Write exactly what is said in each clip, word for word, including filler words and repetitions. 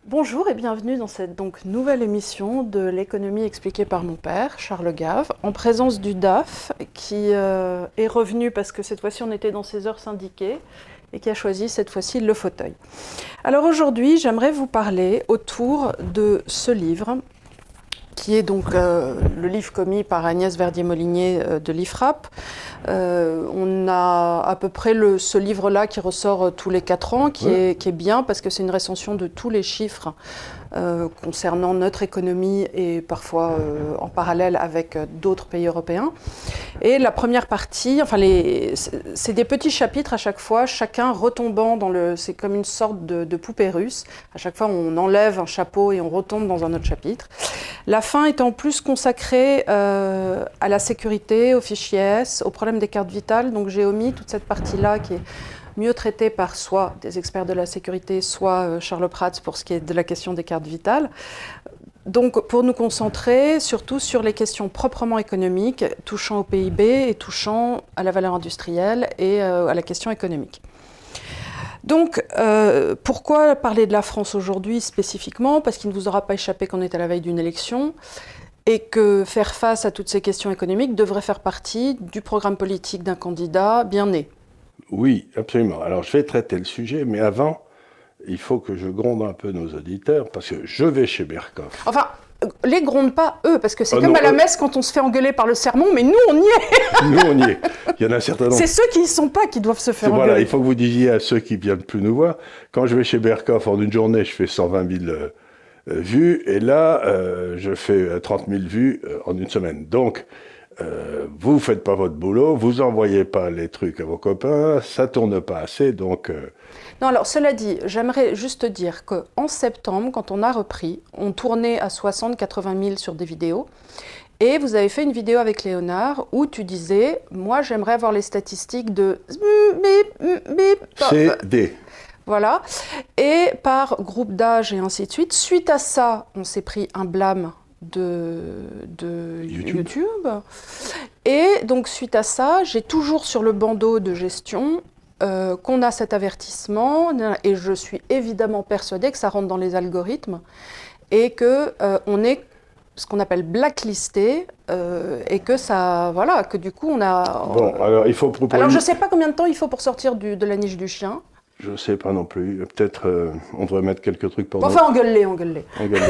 Bonjour et bienvenue dans cette donc nouvelle émission de l'économie expliquée par mon père, Charles Gave, en présence du D A F qui euh, est revenu parce que cette fois-ci on était dans ses heures syndiquées et qui a choisi cette fois-ci le fauteuil. Alors aujourd'hui j'aimerais vous parler autour de ce livre qui est donc euh, le livre commis par Agnès Verdier-Molinier euh, de l'I F R A P. Euh, on a à peu près le, ce livre-là qui ressort euh, tous les quatre ans, qui, ouais. est, qui est bien parce que c'est une recension de tous les chiffres euh, concernant notre économie et parfois euh, en parallèle avec euh, d'autres pays européens. Et la première partie, enfin les, c'est des petits chapitres à chaque fois, chacun retombant dans le... C'est comme une sorte de, de poupée russe. À chaque fois, on enlève un chapeau et on retombe dans un autre chapitre. La fin est en plus consacrée euh, à la sécurité, aux fichiers S, au problème des cartes vitales. Donc j'ai omis toute cette partie-là qui est mieux traitée par soit des experts de la sécurité, soit euh, Charles Prats pour ce qui est de la question des cartes vitales. Donc pour nous concentrer surtout sur les questions proprement économiques, touchant au P I B et touchant à la valeur industrielle et euh, à la question économique. Donc, euh, pourquoi parler de la France aujourd'hui spécifiquement ? Parce qu'il ne vous aura pas échappé qu'on est à la veille d'une élection et que faire face à toutes ces questions économiques devrait faire partie du programme politique d'un candidat bien né. Oui, absolument. Alors, je vais traiter le sujet, mais avant, il faut que je gronde un peu nos auditeurs, parce que je vais chez Berkoff. Enfin, les gronde pas eux, parce que c'est oh comme non, à la eux... messe quand on se fait engueuler par le sermon, mais nous, on y est. Nous, on y est. Il y en a un certain nombre. C'est ceux qui n'y sont pas qui doivent se faire c'est, engueuler. Voilà, il faut que vous disiez à ceux qui viennent plus nous voir, quand je vais chez Berkoff, en une journée, je fais cent vingt mille euh, vues, et là, euh, je fais trente mille vues euh, en une semaine. Donc, euh, vous ne faites pas votre boulot, vous n'envoyez pas les trucs à vos copains, ça ne tourne pas assez, donc... Euh... Non, alors, cela dit, j'aimerais juste dire qu'en septembre, quand on a repris, on tournait à soixante à quatre-vingt mille sur des vidéos, et vous avez fait une vidéo avec Léonard où tu disais, moi, j'aimerais avoir les statistiques de... C D. Voilà, et par groupe d'âge et ainsi de suite. Suite à ça, on s'est pris un blâme de, de YouTube. YouTube. Et donc, suite à ça, j'ai toujours sur le bandeau de gestion euh, qu'on a cet avertissement, et je suis évidemment persuadée que ça rentre dans les algorithmes, et qu'on euh, est ce qu'on appelle blacklisté, euh, et que ça, voilà, que du coup, on a... Bon, alors, il faut proposer... Alors, je ne sais pas combien de temps il faut pour sortir du, de la niche du chien. Je ne sais pas non plus. Peut-être euh, on devrait mettre quelques trucs pour bon, nous. Enfin, engueule-les, engueule-les.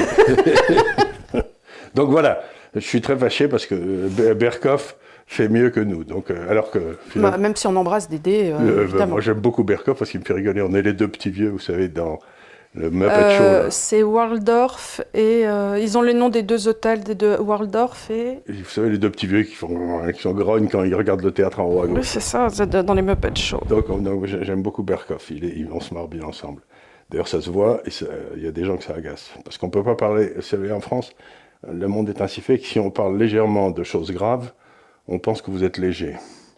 engueule-les. Donc voilà, je suis très fâché parce que euh, Berkoff fait mieux que nous. Donc, euh, alors que, bah, même si on embrasse Dédé, euh, euh, évidemment. Moi, j'aime beaucoup Berkoff parce qu'il me fait rigoler. On est les deux petits vieux, vous savez, dans le Muppet euh, Show. Là. C'est Waldorf et... Euh, ils ont les noms des deux hôtels, des deux Waldorf et... et... Vous savez, les deux petits vieux qui, font, qui sont grognes quand ils regardent le théâtre en haut à gauche. Oui, c'est ça, c'est dans les Muppet Show. Donc, on, donc j'aime beaucoup Berkoff. Il est, on se marre bien ensemble. D'ailleurs, ça se voit et il y a des gens que ça agace. Parce qu'on ne peut pas parler... Vous savez, en France... Le monde est ainsi fait que si on parle légèrement de choses graves, on pense que vous êtes léger.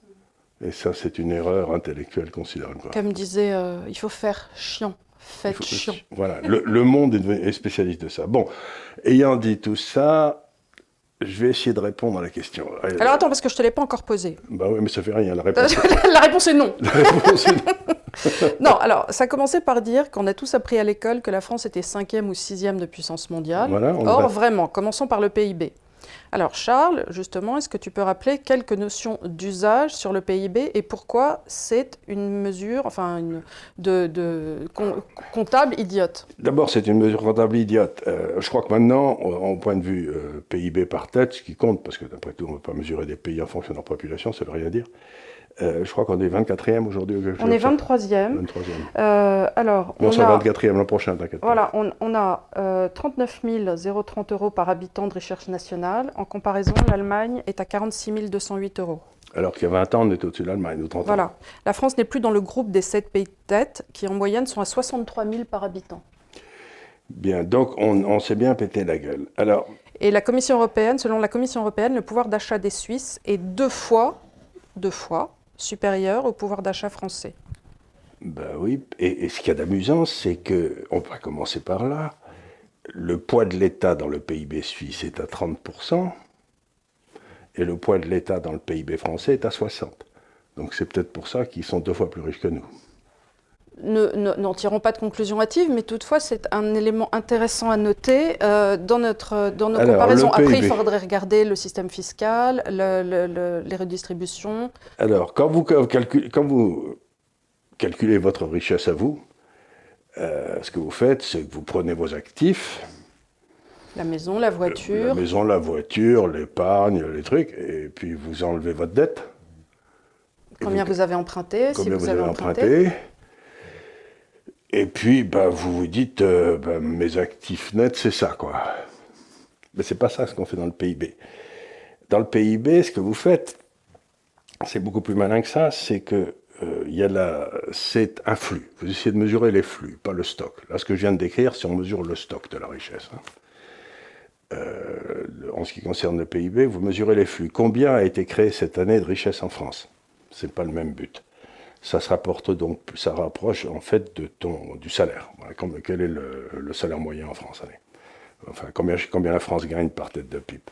Et ça, c'est une erreur intellectuelle considérable. Comme disait, euh, il faut faire chiant. Faites faut, chiant. Voilà, le, le monde est, est spécialiste de ça. Bon, ayant dit tout ça, je vais essayer de répondre à la question. Alors attends, parce que je ne te l'ai pas encore posée. Bah oui, mais ça fait rien, la réponse. La réponse est non. La réponse est non. Non, alors, ça commençait par dire qu'on a tous appris à l'école que la France était cinquième ou sixième de puissance mondiale. Voilà, Or, va... vraiment, commençons par le P I B. Alors, Charles, justement, est-ce que tu peux rappeler quelques notions d'usage sur le P I B et pourquoi c'est une mesure, enfin, une, de, de comptable idiote ? D'abord, c'est une mesure comptable idiote. Euh, je crois que maintenant, au point de vue euh, P I B par tête, ce qui compte, parce que d'après tout, on ne peut pas mesurer des pays en fonction de leur population, ça ne veut rien dire. Euh, je crois qu'on est vingt-quatrième aujourd'hui. On est vingt-troisième. vingt-troisième. Euh, alors, on, on sera a... vingt-quatrième l'an prochain, t'inquiète pas. Voilà, on, on a euh, trente-neuf mille trente euros par habitant de recherche nationale. En comparaison, l'Allemagne est à quarante-six mille deux cent huit euros. Alors qu'il y a vingt ans, on était au-dessus de l'Allemagne, ou trente ans. Voilà. La France n'est plus dans le groupe des sept pays de tête, qui en moyenne sont à soixante-trois mille par habitant. Bien, donc on, on s'est bien pété la gueule. Alors... Et la Commission européenne, selon la Commission européenne, le pouvoir d'achat des Suisses est deux fois, deux fois, supérieur au pouvoir d'achat français. Ben oui, et, et ce qu'il y a d'amusant, c'est que, on va commencer par là, le poids de l'État dans le P I B suisse est à trente pour cent, et le poids de l'État dans le P I B français est à soixante pour cent. Donc c'est peut-être pour ça qu'ils sont deux fois plus riches que nous. ne, ne, n'en tirons pas de conclusion hâtive, mais toutefois, c'est un élément intéressant à noter euh, dans, notre, dans nos Alors, comparaisons. Après, il faudrait regarder le système fiscal, le, le, le, les redistributions. Alors, quand vous, calculez, quand vous calculez votre richesse à vous, euh, ce que vous faites, c'est que vous prenez vos actifs. La maison, la voiture. La maison, la voiture, l'épargne, les trucs, et puis vous enlevez votre dette. Combien vous, vous avez emprunté, combien si vous, vous avez, avez emprunté. emprunté. Et puis, bah, vous vous dites, euh, bah, mes actifs nets, c'est ça, quoi. Mais c'est pas ça ce qu'on fait dans le P I B. Dans le P I B, ce que vous faites, c'est beaucoup plus malin que ça, c'est que euh, y a la, c'est un flux. Vous essayez de mesurer les flux, pas le stock. Là, ce que je viens de décrire, c'est on mesure le stock de la richesse. Hein. Euh, en ce qui concerne le P I B, vous mesurez les flux. Combien a été créé cette année de richesse en France? C'est pas le même but. Ça se rapporte donc, ça rapproche en fait de ton, du salaire. Voilà, quel est le, le salaire moyen en France? Allez. Enfin, combien, combien la France gagne par tête de pipe?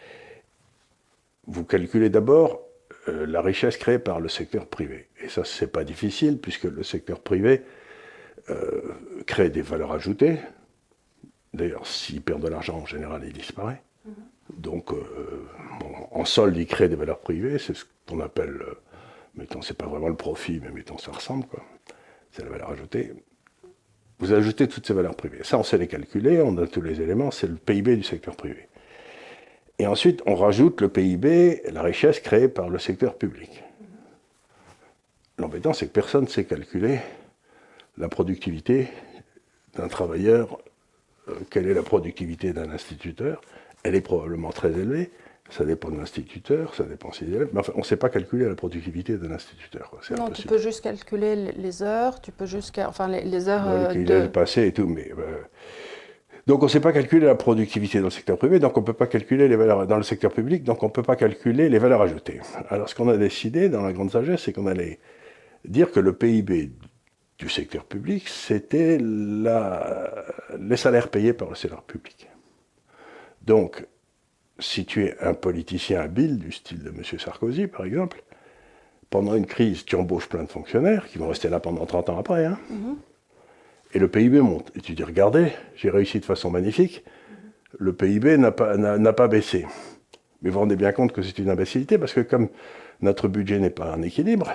Vous calculez d'abord euh, la richesse créée par le secteur privé. Et ça, c'est pas difficile, puisque le secteur privé euh, crée des valeurs ajoutées. D'ailleurs, s'il perd de l'argent, en général, il disparaît. Mmh. Donc, euh, bon, en solde, il crée des valeurs privées, c'est ce qu'on appelle... Euh, mettons, c'est pas vraiment le profit, mais mettons, ça ressemble, quoi. C'est la valeur ajoutée. Vous ajoutez toutes ces valeurs privées. Ça, on sait les calculer, on a tous les éléments, c'est le P I B du secteur privé. Et ensuite, on rajoute le P I B, la richesse créée par le secteur public. L'embêtant, c'est que personne ne sait calculer la productivité d'un travailleur. Euh, quelle est la productivité d'un instituteur? Elle est probablement très élevée. Ça dépend de l'instituteur, ça dépend des élèves, mais enfin, on ne sait pas calculer la productivité d'un instituteur. C'est non, impossible. Tu peux juste calculer les heures, tu peux juste, enfin les, les heures ouais, euh, de... le passé et tout, mais euh... donc on ne sait pas calculer la productivité dans le secteur privé, donc on ne peut pas calculer les valeurs dans le secteur public, donc on ne peut pas calculer les valeurs ajoutées. Alors ce qu'on a décidé dans la grande sagesse, c'est qu'on allait dire que le P I B du secteur public, c'était la... les salaires payés par le secteur public. Donc si tu es un politicien habile, du style de M. Sarkozy, par exemple, pendant une crise, tu embauches plein de fonctionnaires qui vont rester là pendant trente ans après. Hein, mm-hmm. Et le P I B monte. Et tu dis, regardez, j'ai réussi de façon magnifique, mm-hmm. le P I B n'a pas, n'a, n'a pas baissé. Mais vous vous rendez bien compte que c'est une imbécilité, parce que comme notre budget n'est pas en équilibre,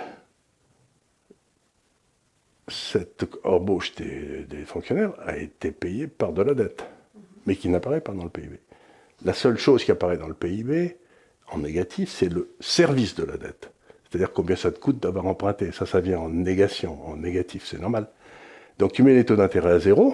cette embauche des, des fonctionnaires a été payée par de la dette, mm-hmm. mais qui n'apparaît pas dans le P I B. La seule chose qui apparaît dans le P I B, en négatif, c'est le service de la dette. C'est-à-dire combien ça te coûte d'avoir emprunté. Ça, ça vient en négation, en négatif, c'est normal. Donc tu mets les taux d'intérêt à zéro,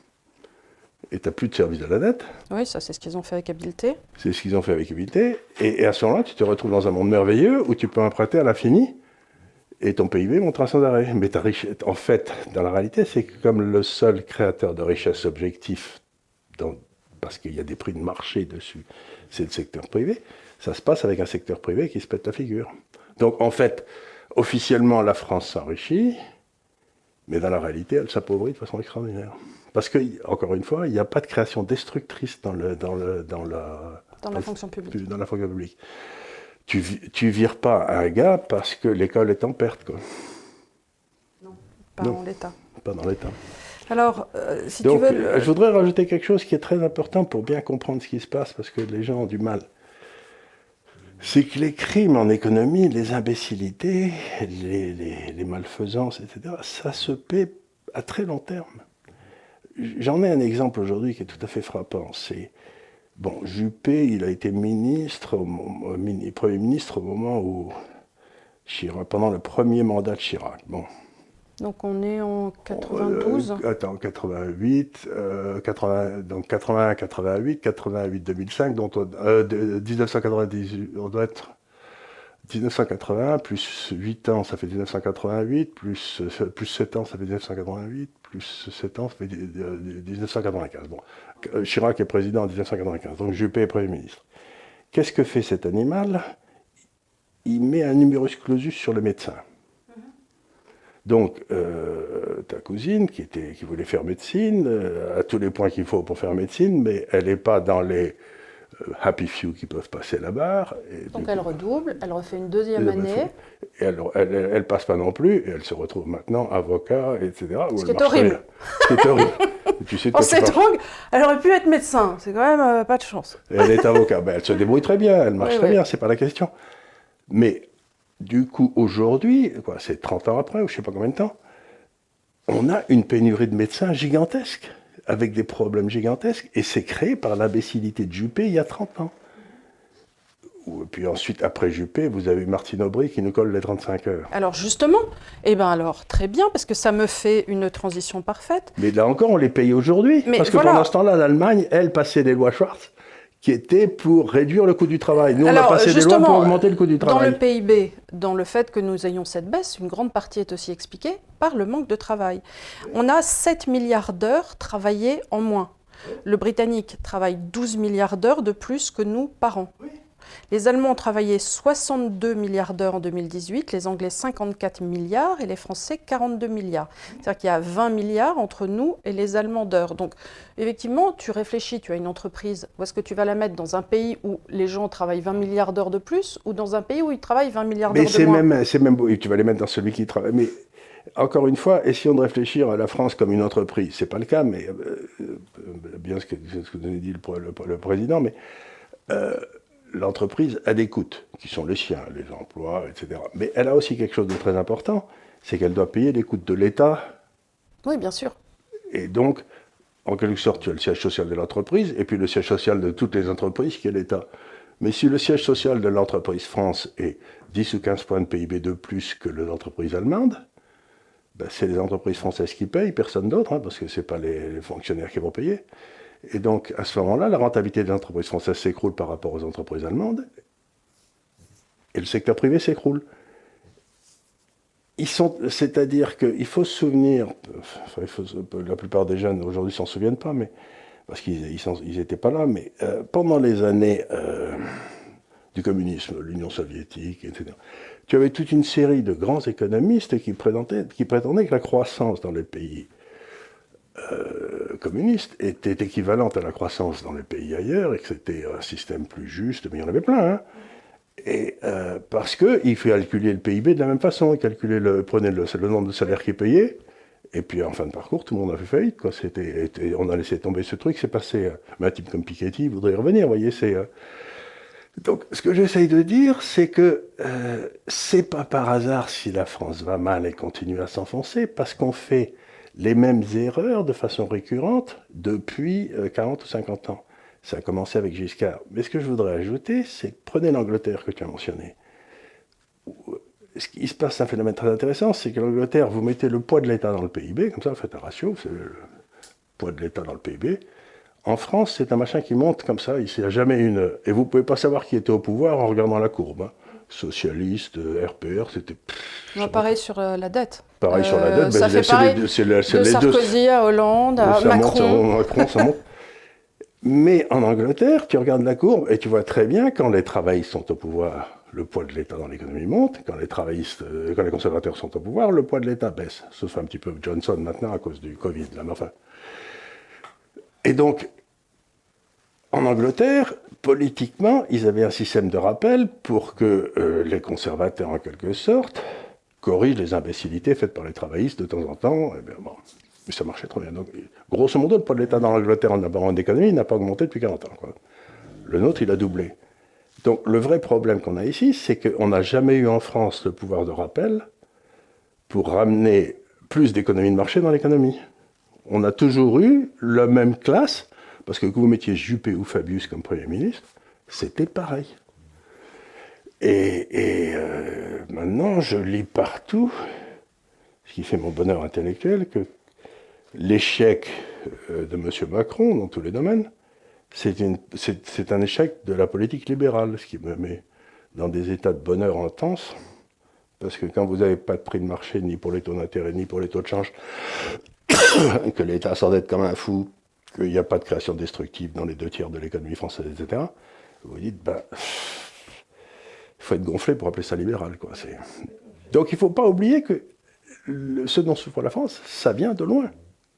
et tu n'as plus de service de la dette. Oui, ça c'est ce qu'ils ont fait avec Habileté. C'est ce qu'ils ont fait avec Habileté. Et, et à ce moment-là, tu te retrouves dans un monde merveilleux où tu peux emprunter à l'infini, et ton P I B montera sans arrêt. Mais ta richesse, en fait, dans la réalité, c'est que comme le seul créateur de richesse objectif dans parce qu'il y a des prix de marché dessus, c'est le secteur privé, ça se passe avec un secteur privé qui se pète la figure. Donc en fait, officiellement, la France s'enrichit, mais dans la réalité, elle s'appauvrit de façon extraordinaire. Parce que, encore une fois, il n'y a pas de création destructrice dans, le, dans, le, dans, la, dans la fonction publique. Dans la fonction publique. Tu ne vires pas un gars parce que l'école est en perte, quoi. Non, pas non, dans l'État. Pas dans l'État. Alors, euh, si Donc, tu veux... Le... je voudrais rajouter quelque chose qui est très important pour bien comprendre ce qui se passe, parce que les gens ont du mal. C'est que les crimes en économie, les imbécilités, les, les, les malfaisances, et cetera, ça se paie à très long terme. J'en ai un exemple aujourd'hui qui est tout à fait frappant. C'est, bon, Juppé, il a été ministre, au, au, Premier ministre au moment où, Chirac, pendant le premier mandat de Chirac. Bon. Donc on est en quatre-vingt-douze. Euh, attends, quatre-vingt-huit, euh, quatre-vingts, donc quatre-vingt-un, quatre-vingt-huit, quatre-vingt-huit, deux mille cinq, donc on, euh, dix-neuf cent quatre-vingt-dix-huit, on doit être dix-neuf cent quatre-vingts, plus huit ans, ça fait dix-neuf cent quatre-vingt-huit, plus, plus sept ans, ça fait dix-neuf cent quatre-vingt-huit, plus sept ans, ça fait dix-neuf cent quatre-vingt-quinze. Bon, Chirac est président en dix-neuf cent quatre-vingt-quinze, donc Juppé est Premier ministre. Qu'est-ce que fait cet animal? Il met un numerus clausus sur le médecin. Donc, euh, ta cousine, qui, était, qui voulait faire médecine, euh, a tous les points qu'il faut pour faire médecine, mais elle n'est pas dans les euh, happy few qui peuvent passer la barre. Et donc, elle coup, redouble, elle refait une deuxième année. Et elle ne passe pas non plus, et elle se retrouve maintenant avocat, et cetera. Ce qui est horrible. C'est horrible. Et tu sais oh, c'est dingue. Elle aurait pu être médecin, c'est quand même euh, pas de chance. Et elle est avocat. Ben, elle se débrouille très bien, elle marche oui, très oui. bien, c'est pas la question. Mais du coup, aujourd'hui, quoi, c'est trente ans après, ou je sais pas combien de temps, on a une pénurie de médecins gigantesque, avec des problèmes gigantesques, et c'est créé par l'imbécilité de Juppé il y a trente ans. Et puis ensuite, après Juppé, vous avez Martine Aubry qui nous colle les trente-cinq heures. Alors justement, eh ben alors très bien, parce que ça me fait une transition parfaite. Mais là encore, on les paye aujourd'hui. Parce que voilà. Pendant ce temps-là, l'Allemagne, elle, passait des lois Schwarz qui étaient pour réduire le coût du travail. Nous, alors, on a passé des lois pour augmenter le coût du travail. Dans le P I B, dans le fait que nous ayons cette baisse, une grande partie est aussi expliquée par le manque de travail. On a sept milliards d'heures travaillées en moins. Le Britannique travaille douze milliards d'heures de plus que nous par an. Oui. Les Allemands ont travaillé soixante-deux milliards d'heures en deux mille dix-huit, les Anglais cinquante-quatre milliards et les Français quarante-deux milliards. C'est-à-dire qu'il y a vingt milliards entre nous et les Allemands d'heures. Donc, effectivement, tu réfléchis, tu as une entreprise, où est-ce que tu vas la mettre dans un pays où les gens travaillent vingt milliards d'heures de plus ou dans un pays où ils travaillent vingt milliards d'heures de moins? Mais c'est même beau, tu vas les mettre dans celui qui travaille. Mais encore une fois, essayons de réfléchir à la France comme une entreprise. Ce n'est pas le cas, mais euh, bien ce que, ce que nous a dit le, le, le président, mais... Euh, l'entreprise a des coûts, qui sont les siens, les emplois, et cetera. Mais elle a aussi quelque chose de très important, c'est qu'elle doit payer les coûts de l'État. Oui, bien sûr. Et donc, en quelque sorte, tu as le siège social de l'entreprise, et puis le siège social de toutes les entreprises, qui est l'État. Mais si le siège social de l'entreprise France est dix ou quinze points de P I B de plus que l'entreprise allemande, ben c'est les entreprises françaises qui payent, personne d'autre, hein, parce que ce n'est pas les, les fonctionnaires qui vont payer. Et donc, à ce moment-là, la rentabilité des entreprises françaises s'écroule par rapport aux entreprises allemandes, et le secteur privé s'écroule. Ils sont, c'est-à-dire qu'il faut se souvenir, enfin, il faut, la plupart des jeunes aujourd'hui ne s'en souviennent pas, mais, parce qu'ils n'étaient pas là, mais euh, pendant les années euh, du communisme, l'Union soviétique, et cetera, tu avais toute une série de grands économistes qui prétendaient, qui prétendaient que la croissance dans les pays Euh, communiste était équivalente à la croissance dans les pays ailleurs et que c'était un système plus juste, mais il y en avait plein. Hein. Et euh, parce qu'il faut calculer le P I B de la même façon, calculer le, prenez le, le nombre de salaires qui est payé, et puis en fin de parcours, tout le monde a fait faillite. Quoi. C'était, était, on a laissé tomber ce truc, c'est passé. Euh, mais un type comme Piketty voudrait y revenir, vous voyez. C'est, euh... Donc ce que j'essaye de dire, c'est que euh, c'est pas par hasard si la France va mal et continue à s'enfoncer, parce qu'on fait les mêmes erreurs de façon récurrente depuis quarante ou cinquante ans. Ça a commencé avec Giscard. Mais ce que je voudrais ajouter, c'est que prenez l'Angleterre que tu as mentionné. Ce qui se passe, c'est un phénomène très intéressant, c'est que l'Angleterre, vous mettez le poids de l'État dans le P I B, comme ça, vous faites un ratio, c'est le poids de l'État dans le P I B. En France, c'est un machin qui monte comme ça, il n'y a jamais une... Et vous ne pouvez pas savoir qui était au pouvoir en regardant la courbe. Hein. Socialiste, R P R, c'était... Non, pareil sur euh, la dette. Pareil euh, sur la dette, ça ben, fait c'est pareil les deux, c'est les, c'est de les Sarkozy deux. à Hollande, à ça Macron. Monte, ça, Macron, ça monte. Mais en Angleterre, tu regardes la courbe et tu vois très bien quand les travaillistes sont au pouvoir, le poids de l'État dans l'économie monte. Quand les travaillistes, quand les conservateurs sont au pouvoir, le poids de l'État baisse. Sauf un petit peu Johnson maintenant à cause du Covid. Là, mais enfin. Et donc, en Angleterre, politiquement, ils avaient un système de rappel pour que euh, les conservateurs, en quelque sorte, corrigent les imbécilités faites par les travaillistes de temps en temps. Et bien, bon, mais ça marchait très bien. Donc, grosso modo, le poids de l'État dans l'Angleterre en économie n'a pas augmenté depuis quarante ans. Quoi. Le nôtre, il a doublé. Donc, le vrai problème qu'on a ici, c'est qu'on n'a jamais eu en France le pouvoir de rappel pour ramener plus d'économie de marché dans l'économie. On a toujours eu la même classe. Parce que que vous mettiez Juppé ou Fabius comme Premier ministre, c'était pareil. Et, et euh, maintenant, je lis partout, ce qui fait mon bonheur intellectuel, que l'échec de M. Macron dans tous les domaines, c'est, une, c'est, c'est un échec de la politique libérale, ce qui me met dans des états de bonheur intense, parce que quand vous n'avez pas de prix de marché, ni pour les taux d'intérêt, ni pour les taux de change, que l'État s'endette comme un fou, qu'il n'y a pas de création destructive dans les deux tiers de l'économie française, et cetera, vous vous dites, ben, il faut être gonflé pour appeler ça libéral. Quoi. C'est... Donc il ne faut pas oublier que le, ce dont souffre la France, ça vient de loin.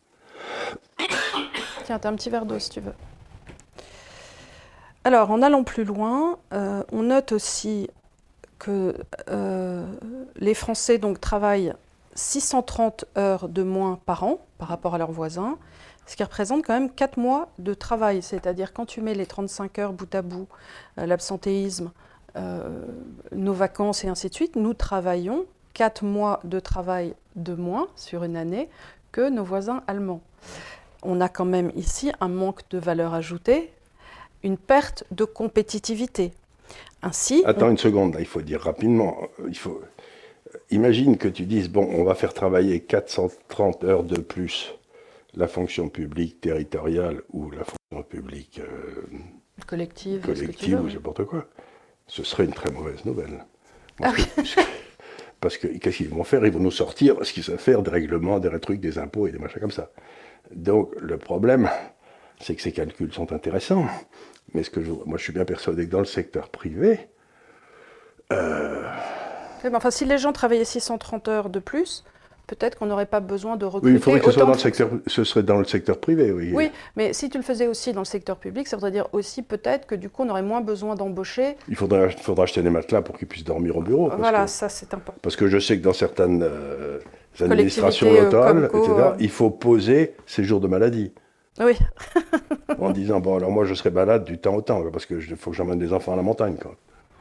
Tiens, t'as un petit verre d'eau si tu veux. Alors, en allant plus loin, euh, on note aussi que euh, les Français donc, travaillent six cent trente heures de moins par an par rapport à leurs voisins, ce qui représente quand même quatre mois de travail. C'est-à-dire quand tu mets les trente-cinq heures bout à bout, euh, l'absentéisme, euh, nos vacances et ainsi de suite, nous travaillons quatre mois de travail de moins sur une année que nos voisins allemands. On a quand même ici un manque de valeur ajoutée, une perte de compétitivité. Ainsi, Attends on... une seconde, là, il faut dire rapidement. Il faut... Imagine que tu dises, bon, on va faire travailler quatre cent trente heures de plus la fonction publique territoriale ou la fonction publique euh, collective, collective ou n'importe quoi. Ce serait une très mauvaise nouvelle. Parce, ah que, oui. parce que qu'est-ce qu'ils vont faire? Ils vont nous sortir ce qu'ils savent faire, des règlements, des trucs, des impôts et des machins comme ça. Donc le problème, c'est que ces calculs sont intéressants. Mais ce que je, moi, je suis bien persuadé que dans le secteur privé... Euh... Oui, mais enfin, si les gens travaillaient six cent trente heures de plus, peut-être qu'on n'aurait pas besoin de recruter. Oui, il faudrait que ce soit dans le secteur, secteur, ce serait dans le secteur privé, oui. Oui, mais si tu le faisais aussi dans le secteur public, ça voudrait dire aussi peut-être que du coup, on aurait moins besoin d'embaucher. Il faudra, faudra acheter des matelas pour qu'ils puissent dormir au bureau. Parce voilà, que, ça c'est important. Parce que je sais que dans certaines euh, administrations locales, Comco, et cetera, euh... il faut poser ses jours de maladie. Oui. En disant, bon, alors moi je serai malade du temps au temps, parce qu'il faut que j'emmène des enfants à la montagne, quoi.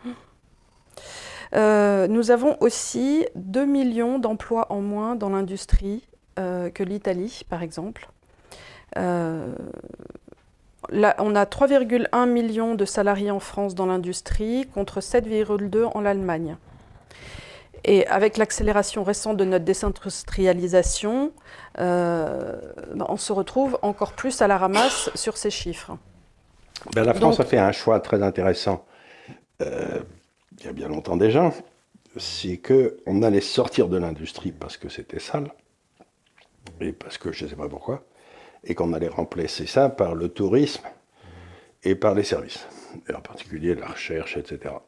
Euh, nous avons aussi deux millions d'emplois en moins dans l'industrie euh, que l'Italie, par exemple. Euh, là, on a trois virgule un millions de salariés en France dans l'industrie contre sept virgule deux en Allemagne. Et avec l'accélération récente de notre désindustrialisation, euh, on se retrouve encore plus à la ramasse sur ces chiffres. Ben, la France Donc, a fait un choix très intéressant. Euh, il y a bien longtemps déjà, c'est qu'on allait sortir de l'industrie parce que c'était sale, et parce que je ne sais pas pourquoi, et qu'on allait remplacer ça par le tourisme et par les services, et en particulier la recherche, et cetera.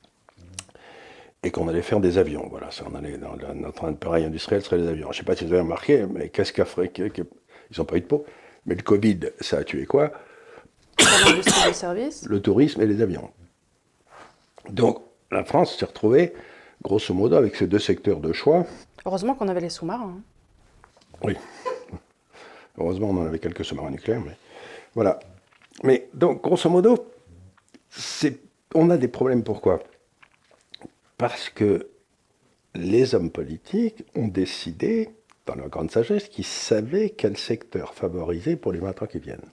Et qu'on allait faire des avions, voilà, ça, on allait dans la, notre appareil industriel serait les avions. Je ne sais pas si vous avez remarqué, mais qu'est-ce qu'a fait, qu ils n'ont pas eu de peau, mais le Covid, ça a tué quoi? L'industrie des services. Le tourisme et les avions. Donc, la France s'est retrouvée, grosso modo, avec ces deux secteurs de choix. Heureusement qu'on avait les sous-marins. Hein. Oui. Heureusement, on en avait quelques sous-marins nucléaires, mais voilà. Mais donc, grosso modo, on a des problèmes. Pourquoi? Parce que les hommes politiques ont décidé, dans leur grande sagesse, qu'ils savaient quel secteur favoriser pour les vingt ans qui viennent.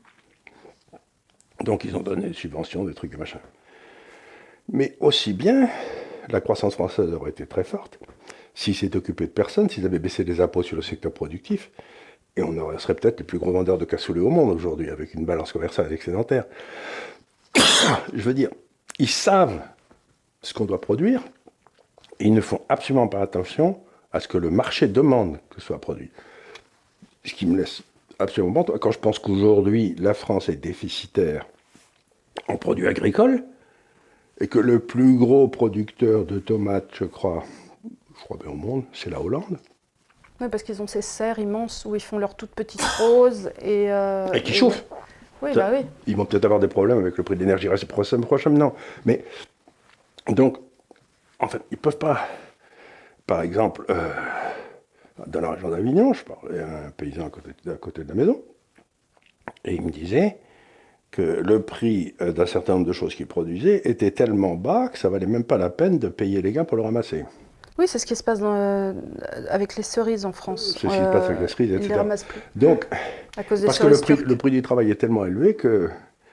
Donc, ils ont donné des subventions, des trucs, des machins. Mais aussi bien, la croissance française aurait été très forte s'ils s'étaient occupés de personne, s'ils avaient baissé les impôts sur le secteur productif, et on aurait, serait peut-être les plus gros vendeurs de cassoulet au monde aujourd'hui, avec une balance commerciale excédentaire. Je veux dire, ils savent ce qu'on doit produire, et ils ne font absolument pas attention à ce que le marché demande que ce soit produit. Ce qui me laisse absolument bon. Quand je pense qu'aujourd'hui, la France est déficitaire en produits agricoles, et que le plus gros producteur de tomates, je crois, je crois bien au monde, c'est la Hollande. Oui, parce qu'ils ont ces serres immenses où ils font leurs toutes petites roses et... Euh, et qui et chauffent. Oui, bah oui. Ils vont peut-être avoir des problèmes avec le prix de l'énergie prochainement. Mais, donc, en fait, ils ne peuvent pas... Par exemple, euh, dans la région d'Avignon, je parlais à un paysan à côté, à côté de la maison, et il me disait que le prix d'un certain nombre de choses qu'il produisait était tellement bas que ça ne valait même pas la peine de payer les gars pour le ramasser. Oui, c'est ce qui se passe dans, euh, avec les cerises en France. C'est ce qui se passe avec les cerises, et cetera. Ils ne les ramassent plus. Donc, à cause des parce que le prix, le prix du travail est tellement élevé que...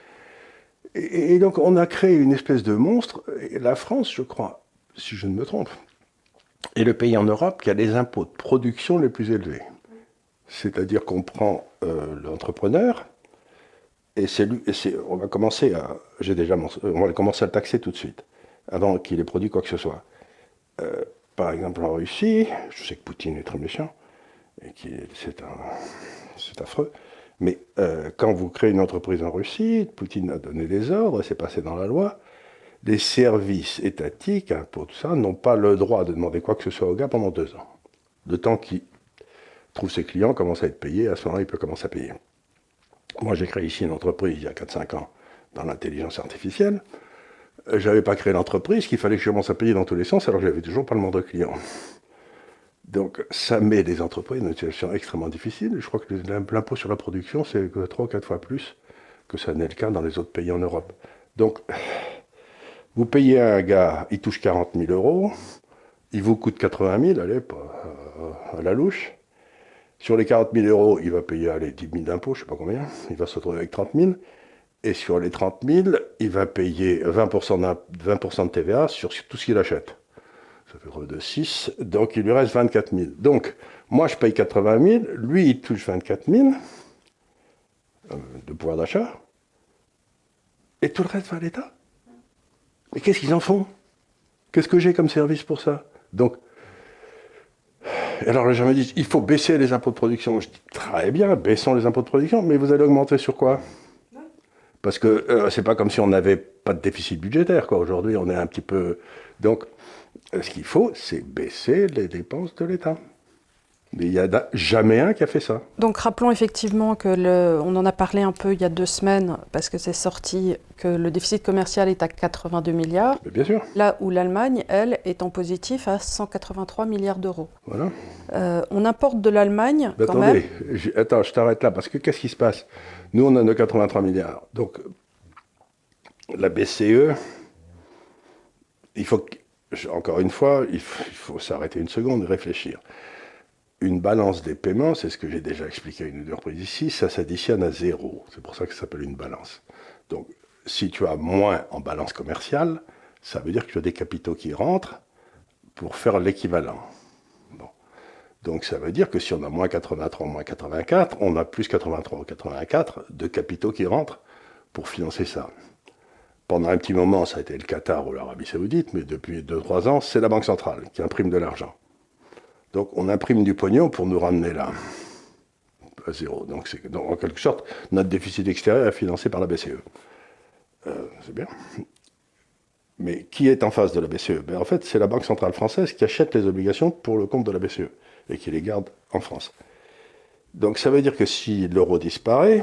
Et, et donc, on a créé une espèce de monstre. Et la France, je crois, si je ne me trompe, est le pays en Europe qui a les impôts de production les plus élevés. C'est-à-dire qu'on prend euh, l'entrepreneur... Et, lui, et on va commencer à, j'ai déjà, on va commencer à le taxer tout de suite, avant qu'il ait produit quoi que ce soit. Euh, par exemple, en Russie, je sais que Poutine est très méchant, et c'est affreux, mais euh, quand vous créez une entreprise en Russie, Poutine a donné des ordres, c'est passé dans la loi, les services étatiques, impôts, tout ça, n'ont pas le droit de demander quoi que ce soit au gars pendant deux ans. Le temps qu'il trouve ses clients, commence à être payé, à ce moment-là, il peut commencer à payer. Moi, j'ai créé ici une entreprise il y a quatre cinq ans dans l'intelligence artificielle. Je n'avais pas créé l'entreprise, qu'il fallait que je commence à payer dans tous les sens, alors que j'avais toujours pas le moindre client. Donc ça met les entreprises dans une situation extrêmement difficile. Je crois que l'impôt sur la production, c'est trois ou quatre fois plus que ça n'est le cas dans les autres pays en Europe. Donc, vous payez un gars, il touche quarante mille euros, il vous coûte quatre-vingt mille, allez, à la louche. Sur les quarante mille euros, il va payer allez, dix mille d'impôts, je ne sais pas combien, il va se retrouver avec trente mille. Et sur les trente mille, il va payer vingt pour cent, vingt pour cent de T V A sur tout ce qu'il achète. Ça fait de six, donc il lui reste vingt-quatre mille. Donc, moi je paye quatre-vingt mille, lui il touche vingt-quatre mille euh, de pouvoir d'achat, et tout le reste va à l'État. Mais qu'est-ce qu'ils en font? Qu'est-ce que j'ai comme service pour ça? Donc, alors les gens me disent, il faut baisser les impôts de production. Je dis, très bien, baissons les impôts de production, mais vous allez augmenter sur quoi? Parce que euh, c'est pas comme si on n'avait pas de déficit budgétaire, quoi. Aujourd'hui, on est un petit peu... Donc, euh, ce qu'il faut, c'est baisser les dépenses de l'État. Mais il n'y a jamais un qui a fait ça. Donc rappelons effectivement que le, on en a parlé un peu il y a deux semaines, parce que c'est sorti que le déficit commercial est à quatre-vingt-deux milliards. Mais bien sûr. Là où l'Allemagne, elle, est en positif à cent quatre-vingt-trois milliards d'euros. Voilà. Euh, on importe de l'Allemagne quand attendez, même. Je, attends, je t'arrête là, parce que qu'est-ce qui se passe? Nous, on a nos quatre-vingt-trois milliards. Donc, la B C E, il faut, encore une fois, il faut, il faut s'arrêter une seconde et réfléchir. Une balance des paiements, c'est ce que j'ai déjà expliqué à une ou deux reprises ici, ça s'additionne à zéro. C'est pour ça que ça s'appelle une balance. Donc, si tu as moins en balance commerciale, ça veut dire que tu as des capitaux qui rentrent pour faire l'équivalent. Bon. Donc, ça veut dire que si on a moins quatre-vingt-trois, moins quatre-vingt-quatre, on a plus quatre-vingt-trois ou quatre-vingt-quatre de capitaux qui rentrent pour financer ça. Pendant un petit moment, ça a été le Qatar ou l'Arabie Saoudite, mais depuis deux trois ans, c'est la Banque centrale qui imprime de l'argent. Donc on imprime du pognon pour nous ramener là, à zéro. Donc, c'est, donc en quelque sorte, notre déficit extérieur est financé par la B C E. Euh, c'est bien. Mais qui est en face de la B C E? Ben, en fait, c'est la Banque centrale française qui achète les obligations pour le compte de la B C E et qui les garde en France. Donc ça veut dire que si l'euro disparaît,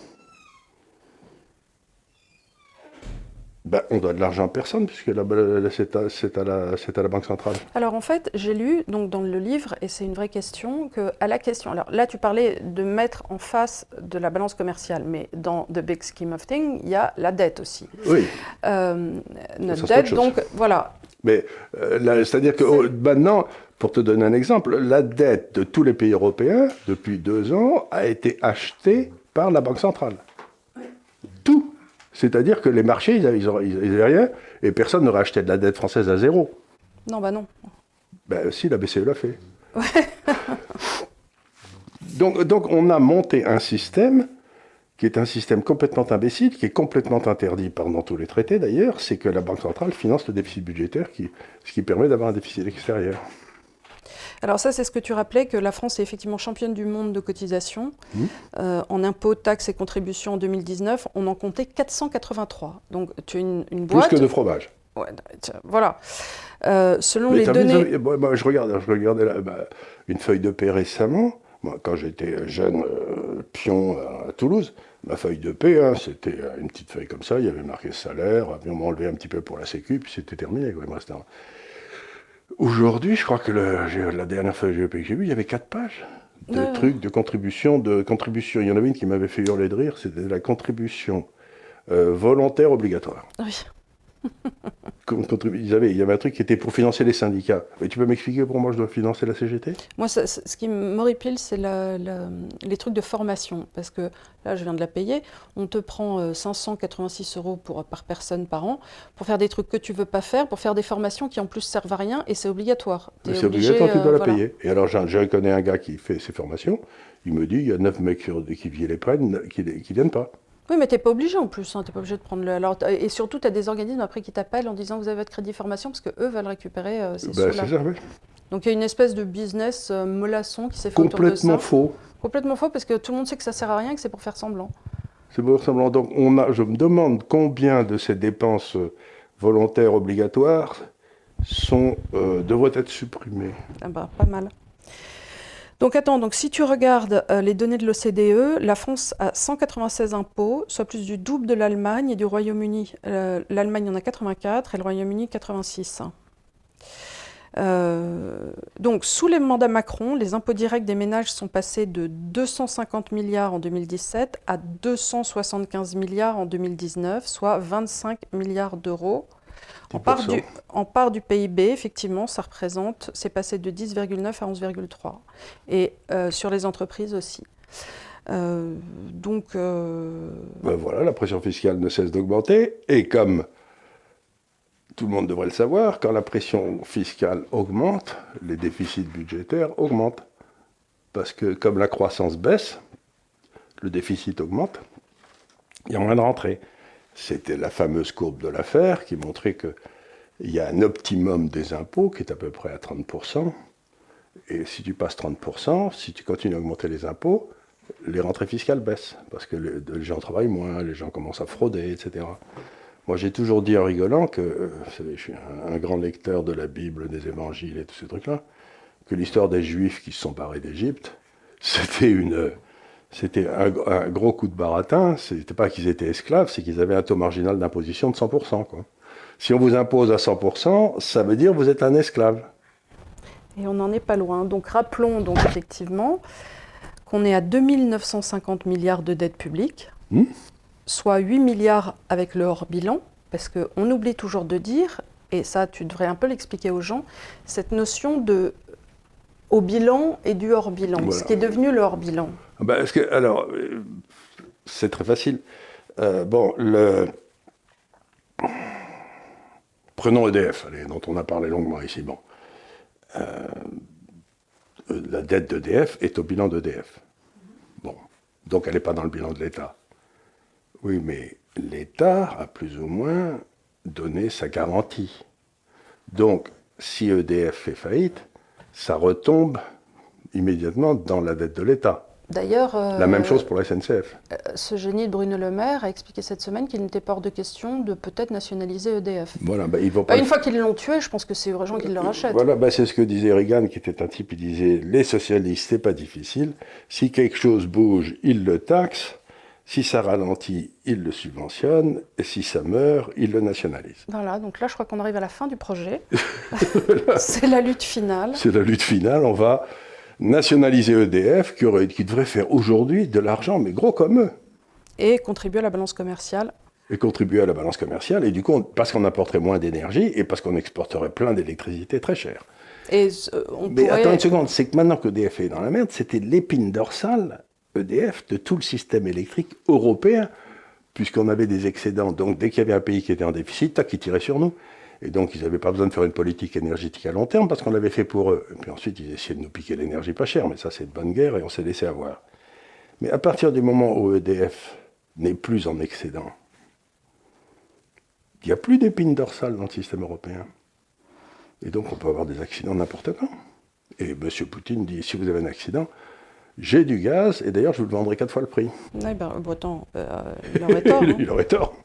ben, on doit de l'argent à personne, puisque la, la, c'est, à, c'est, à la, c'est à la Banque centrale. Alors en fait, j'ai lu donc, dans le livre, et c'est une vraie question, qu'à la question... Alors là, tu parlais de mettre en face de la balance commerciale, mais dans The Big Scheme of Things, il y a la dette aussi. Oui. Euh, notre ça, dette, donc voilà. Mais euh, là, c'est-à-dire que oh, maintenant, pour te donner un exemple, la dette de tous les pays européens, depuis deux ans, a été achetée par la Banque centrale. Oui. Tout. C'est-à-dire que les marchés, ils n'avaient rien, et personne n'aurait acheté de la dette française à zéro. Non, bah non. Ben si, la B C E l'a fait. Ouais. donc, donc on a monté un système qui est un système complètement imbécile, qui est complètement interdit par, dans tous les traités d'ailleurs, c'est que la Banque centrale finance le déficit budgétaire, qui, ce qui permet d'avoir un déficit extérieur. Alors ça, c'est ce que tu rappelais, que la France est effectivement championne du monde de cotisation. Mmh. Euh, en impôts, taxes et contributions en deux mille dix-neuf, on en comptait quatre cent quatre-vingt-trois. Donc tu as une, une boîte... Plus que de fromage. Ouais, voilà. Euh, selon Mais les données... Vu, moi, moi, je regarde, je regardais là, bah, une feuille de paie récemment. Moi, quand j'étais jeune euh, pion à Toulouse, ma feuille de paie, hein, c'était une petite feuille comme ça, il y avait marqué salaire, puis on m'a enlevé un petit peu pour la sécu, puis c'était terminé. Quoi, il me restait un... Aujourd'hui, je crois que le, la dernière feuille de paie que j'ai vue, il y avait quatre pages de ouais. trucs de contribution, de contribution. Il y en avait une qui m'avait fait hurler de rire, c'était la contribution euh, volontaire obligatoire. Oui. Ils avaient, il y avait un truc qui était pour financer les syndicats. Et tu peux m'expliquer pourquoi moi je dois financer la C G T? Moi, ça, ce qui m'horripile, c'est la, la, les trucs de formation. Parce que là, je viens de la payer. On te prend cinq cent quatre-vingt-six euros pour, par personne par an pour faire des trucs que tu ne veux pas faire, pour faire des formations qui en plus servent à rien et c'est obligatoire. T'es c'est obligé, obligatoire, tu dois euh, la voilà. payer. Et alors, je connais un gars qui fait ces formations. Il me dit il y a neuf mecs qui les prennent, qui ne viennent pas. Oui, mais tu n'es pas obligé en plus, hein, tu n'es pas obligé de prendre le... Alors, et surtout, tu as des organismes après qui t'appellent en disant vous avez votre crédit formation parce qu'eux veulent récupérer euh, ces bah, sous-là. C'est ça, oui. Donc il y a une espèce de business euh, mollasson qui s'est fait autour de ça. Complètement faux. Complètement faux parce que tout le monde sait que ça ne sert à rien et que c'est pour faire semblant. C'est pour faire semblant. Donc on a, je me demande combien de ces dépenses volontaires obligatoires sont, euh, devraient être supprimées. Ah bah, pas mal. Donc attends, donc si tu regardes euh, les données de l'O C D E, la France a cent quatre-vingt-seize impôts, soit plus du double de l'Allemagne et du Royaume-Uni. Euh, L'Allemagne en a quatre-vingt-quatre et le Royaume-Uni quatre-vingt-six. Euh, donc, sous les mandats Macron, les impôts directs des ménages sont passés de deux cent cinquante milliards en deux mille dix-sept à deux cent soixante-quinze milliards en deux mille dix-neuf, soit vingt-cinq milliards d'euros. En part, du, en part du P I B, effectivement, ça représente, c'est passé de dix virgule neuf à onze virgule trois. Et euh, sur les entreprises aussi. Euh, donc... Euh... Ben voilà, la pression fiscale ne cesse d'augmenter. Et comme tout le monde devrait le savoir, quand la pression fiscale augmente, les déficits budgétaires augmentent. Parce que comme la croissance baisse, le déficit augmente, il y a moins de rentrées. C'était la fameuse courbe de l'affaire qui montrait qu'il y a un optimum des impôts qui est à peu près à trente pour cent. Et si tu passes trente pour cent, si tu continues à augmenter les impôts, les rentrées fiscales baissent. Parce que les gens travaillent moins, les gens commencent à frauder, et cetera. Moi, j'ai toujours dit en rigolant que, euh, vous savez, je suis un, un grand lecteur de la Bible, des évangiles et tous ces trucs-là, que l'histoire des Juifs qui se sont barrés d'Égypte, c'était une... C'était un, un gros coup de baratin. C'était pas qu'ils étaient esclaves, c'est qu'ils avaient un taux marginal d'imposition de cent pour cent, quoi. Si on vous impose à cent pour cent, ça veut dire que vous êtes un esclave. Et on n'en est pas loin. Donc rappelons donc effectivement qu'on est à deux mille neuf cent cinquante milliards de dettes publiques, mmh. soit huit milliards avec le hors-bilan, parce qu'on oublie toujours de dire, et ça tu devrais un peu l'expliquer aux gens, cette notion de au bilan et du hors-bilan, voilà. Ce qui est devenu le hors-bilan. Ben, est-ce que, alors, c'est très facile. Euh, bon, le... Prenons E D F, allez, dont on a parlé longuement ici. Bon. Euh, la dette d'E D F est au bilan d'E D F. Bon. Donc elle n'est pas dans le bilan de l'État. Oui, mais l'État a plus ou moins donné sa garantie. Donc, si E D F fait faillite, ça retombe immédiatement dans la dette de l'État. D'ailleurs, euh, la même chose pour la S N C F. Euh, ce génie de Bruno Le Maire a expliqué cette semaine qu'il n'était pas hors de question de peut-être nationaliser E D F. Voilà, bah, ils vont pas bah, une fois qu'ils l'ont tué, je pense que c'est urgent qu'ils le rachètent. Voilà, bah, c'est ce que disait Reagan, qui était un type, il disait « Les socialistes, c'est pas difficile. Si quelque chose bouge, ils le taxent. Si ça ralentit, ils le subventionnent. Et si ça meurt, ils le nationalisent. » Voilà, donc là, je crois qu'on arrive à la fin du projet. Voilà. C'est la lutte finale. C'est la lutte finale. On va nationaliser E D F, qui, aurait, qui devrait faire aujourd'hui de l'argent, mais gros comme eux. Et contribuer à la balance commerciale. Et contribuer à la balance commerciale. Et du coup, on, parce qu'on apporterait moins d'énergie et parce qu'on exporterait plein d'électricité très chère. Et euh, on mais pourrait... attends une seconde, c'est que maintenant qu'E D F est dans la merde, c'était l'épine dorsale, E D F, de tout le système électrique européen, puisqu'on avait des excédents. Donc dès qu'il y avait un pays qui était en déficit, tac, ils tiraient sur nous. Et donc, ils n'avaient pas besoin de faire une politique énergétique à long terme parce qu'on l'avait fait pour eux. Et puis ensuite, ils essayaient de nous piquer l'énergie pas chère, mais ça, c'est de bonne guerre et on s'est laissé avoir. Mais à partir du moment où E D F n'est plus en excédent, il n'y a plus d'épine dorsale dans le système européen. Et donc, on peut avoir des accidents n'importe quand. Et M. Poutine dit, si vous avez un accident, j'ai du gaz, et d'ailleurs, je vous le vendrai quatre fois le prix. Oui, ben, Breton, euh, il aurait tort. Hein. Il aurait tort.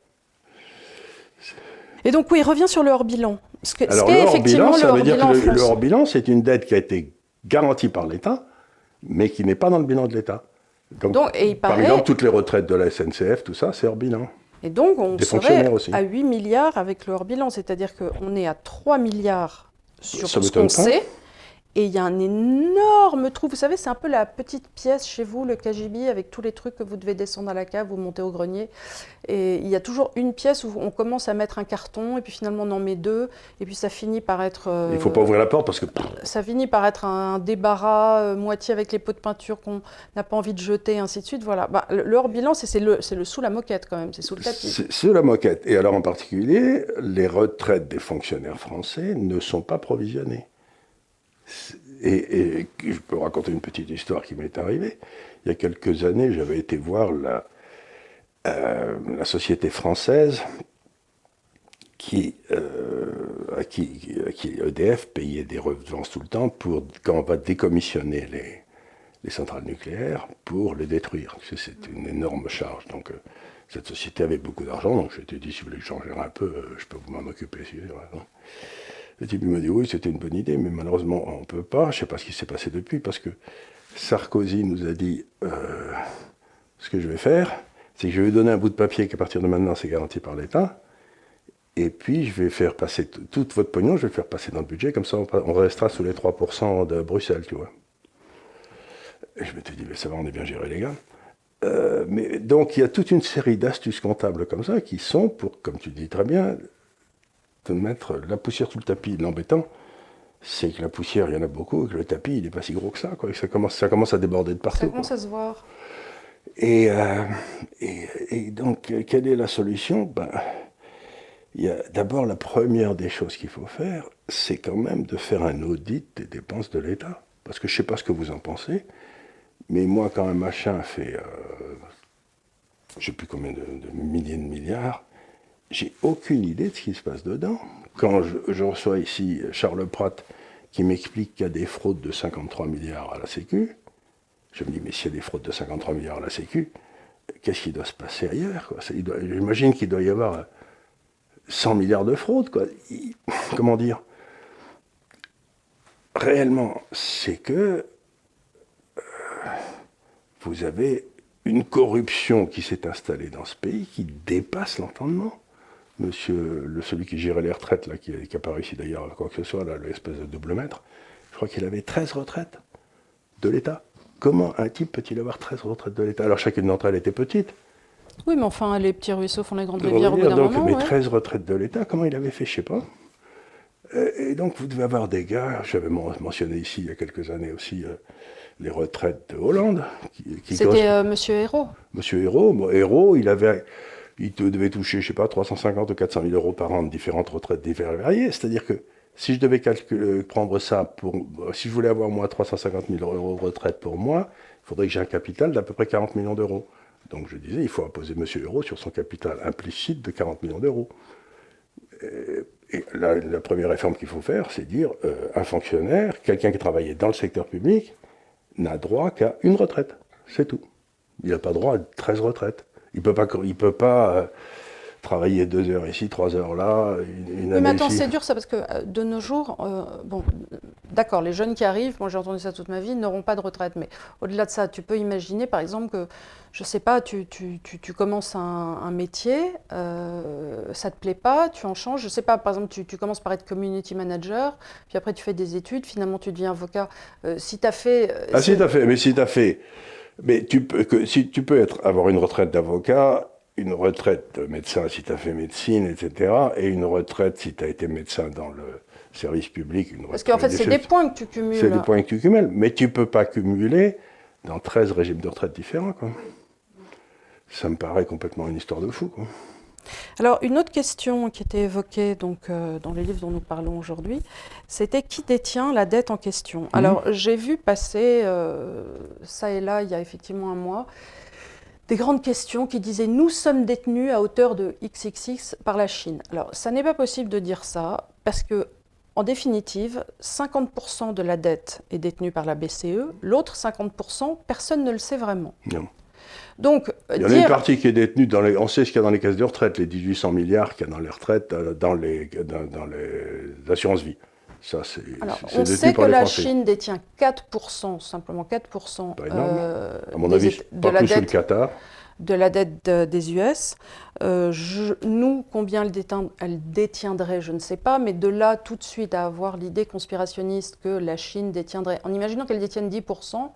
Et donc, oui, il revient sur le hors-bilan. Ce que, Alors, ce le hors-bilan, ça le veut dire que le, France... le hors-bilan, c'est une dette qui a été garantie par l'État, mais qui n'est pas dans le bilan de l'État. Donc, donc et il par paraît... exemple, toutes les retraites de la S N C F, tout ça, c'est hors bilan. Et donc, on serait aussi. à huit milliards avec le hors bilan, c'est-à-dire qu'on est à trois milliards sur ça ce qu'on sait. Et il y a un énorme trou. Vous savez, c'est un peu la petite pièce chez vous, le K G B, avec tous les trucs que vous devez descendre à la cave, vous montez au grenier. Et il y a toujours une pièce où on commence à mettre un carton, et puis finalement on en met deux, et puis ça finit par être... Euh, il ne faut pas ouvrir la porte parce que... Ça finit par être un débarras, euh, moitié avec les pots de peinture qu'on n'a pas envie de jeter, et ainsi de suite. Voilà. Bah, le, le hors-bilan, c'est le, le sous la moquette quand même, c'est sous le tapis. C'est sous la moquette. Et alors en particulier, les retraites des fonctionnaires français ne sont pas provisionnées. Et, et je peux raconter une petite histoire qui m'est arrivée. Il y a quelques années, j'avais été voir la, euh, la société française qui, euh, à, qui, à qui E D F payait des redevances tout le temps pour, quand on va décommissionner les, les centrales nucléaires, pour les détruire. C'est une énorme charge. Donc, euh, cette société avait beaucoup d'argent, donc je t'ai dit, si vous voulez changer un peu, euh, je peux vous m'en occuper. Si vous voulez, voilà. Le type me dit oui, c'était une bonne idée, mais malheureusement on ne peut pas. Je ne sais pas ce qui s'est passé depuis, parce que Sarkozy nous a dit euh, ce que je vais faire, c'est que je vais lui donner un bout de papier qu'à partir de maintenant, c'est garanti par l'État. Et puis, je vais faire passer t- tout votre pognon, je vais le faire passer dans le budget, comme ça, on, on restera sous les trois pour cent de Bruxelles, tu vois. Et je m'étais dit, mais ça va, on est bien géré, les gars. Euh, mais donc, il y a toute une série d'astuces comptables comme ça qui sont pour, comme tu dis très bien, te mettre la poussière sous le tapis. L'embêtant, c'est que la poussière, il y en a beaucoup, et que le tapis, il n'est pas si gros que ça, quoi. Et ça commence, ça commence à déborder de partout. Ça commence à se voir. Et, euh, et, et donc, quelle est la solution? Ben, il y a d'abord la première des choses qu'il faut faire, c'est quand même de faire un audit des dépenses de l'État. Parce que je ne sais pas ce que vous en pensez, mais moi, quand un machin fait, euh, je ne sais plus combien de, de milliers de milliards, j'ai aucune idée de ce qui se passe dedans. Quand je, je reçois ici Charles Pratt qui m'explique qu'il y a des fraudes de cinquante-trois milliards à la Sécu, je me dis, mais s'il y a des fraudes de cinquante-trois milliards à la Sécu, qu'est-ce qui doit se passer ailleurs, quoi? Doit, j'imagine qu'il doit y avoir cent milliards de fraudes, quoi. Il, comment dire? Réellement, c'est que euh, vous avez une corruption qui s'est installée dans ce pays qui dépasse l'entendement. Monsieur, le, celui qui gérait les retraites, là, qui n'a pas réussi d'ailleurs à quoi que ce soit, là, l'espèce de double maître, je crois qu'il avait treize retraites de l'État. Comment un type peut-il avoir treize retraites de l'État? Alors chacune d'entre elles était petite. Oui, mais enfin, les petits ruisseaux font les grandes rivières au bout d'un donc, moment. Mais ouais. treize retraites de l'État, comment il avait fait, je ne sais pas. Et donc vous devez avoir des gars, j'avais mentionné ici il y a quelques années aussi euh, les retraites de Hollande. Qui, qui C'était euh, Monsieur Hérault. Monsieur Hérault, bon, Hérault, il avait, il devait toucher, je sais pas, trois cent cinquante ou quatre cent mille euros par an de différentes retraites diverses et variées. C'est-à-dire que si je devais calculer, prendre ça pour, si je voulais avoir moi trois cent cinquante mille euros de retraite pour moi, il faudrait que j'ai un capital d'à peu près quarante millions d'euros. Donc je disais, il faut imposer Monsieur Hérault sur son capital implicite de quarante millions d'euros. Et, et la, la première réforme qu'il faut faire, c'est dire euh, un fonctionnaire, quelqu'un qui travaillait dans le secteur public, n'a droit qu'à une retraite. C'est tout. Il n'a pas droit à treize retraites. Il ne peut pas, il peut pas euh, travailler deux heures ici, trois heures là, une, une oui, mais attends, ici. c'est dur ça, parce que euh, de nos jours, euh, bon, d'accord, les jeunes qui arrivent, moi j'ai entendu ça toute ma vie, n'auront pas de retraite. Mais au-delà de ça, tu peux imaginer par exemple que, je ne sais pas, tu, tu, tu, tu commences un, un métier, euh, ça ne te plaît pas, tu en changes. Je ne sais pas, par exemple, tu, tu commences par être community manager, puis après tu fais des études, finalement tu deviens avocat. Euh, si tu as fait... Euh, ah si tu as fait, mais si tu as fait... Mais tu peux, que, si tu peux être, avoir une retraite d'avocat, une retraite de médecin si tu as fait médecine, et cetera, et une retraite si tu as été médecin dans le service public. Une Parce qu'en fait, c'est des points que tu cumules. C'est des points que tu cumules, mais tu ne peux pas cumuler dans treize régimes de retraite différents, quoi. Ça me paraît complètement une histoire de fou, quoi. Alors, une autre question qui était évoquée donc, euh, dans les livres dont nous parlons aujourd'hui, c'était qui détient la dette en question. Mmh. Alors, j'ai vu passer, euh, ça et là, il y a effectivement un mois, des grandes questions qui disaient « Nous sommes détenus à hauteur de X X X par la Chine ». Alors, ça n'est pas possible de dire ça, parce que, en définitive, cinquante pour cent de la dette est détenue par la B C E, l'autre cinquante pour cent, personne ne le sait vraiment. Non. Donc, il y en dire... a une partie qui est détenue, dans les, on sait ce qu'il y a dans les caisses de retraite, les mille huit cents milliards qu'il y a dans les retraites, dans les, dans, dans les assurances vie. Ça, c'est, Alors, c'est on sait que la Français. Chine détient quatre pour cent, simplement quatre pour cent euh, à mon avis, de, pas la plus dette, que le Qatar. de la dette de, des U S. Euh, je, nous, combien elle, déteint, elle détiendrait, je ne sais pas, mais de là tout de suite à avoir l'idée conspirationniste que la Chine détiendrait, en imaginant qu'elle détienne dix pour cent,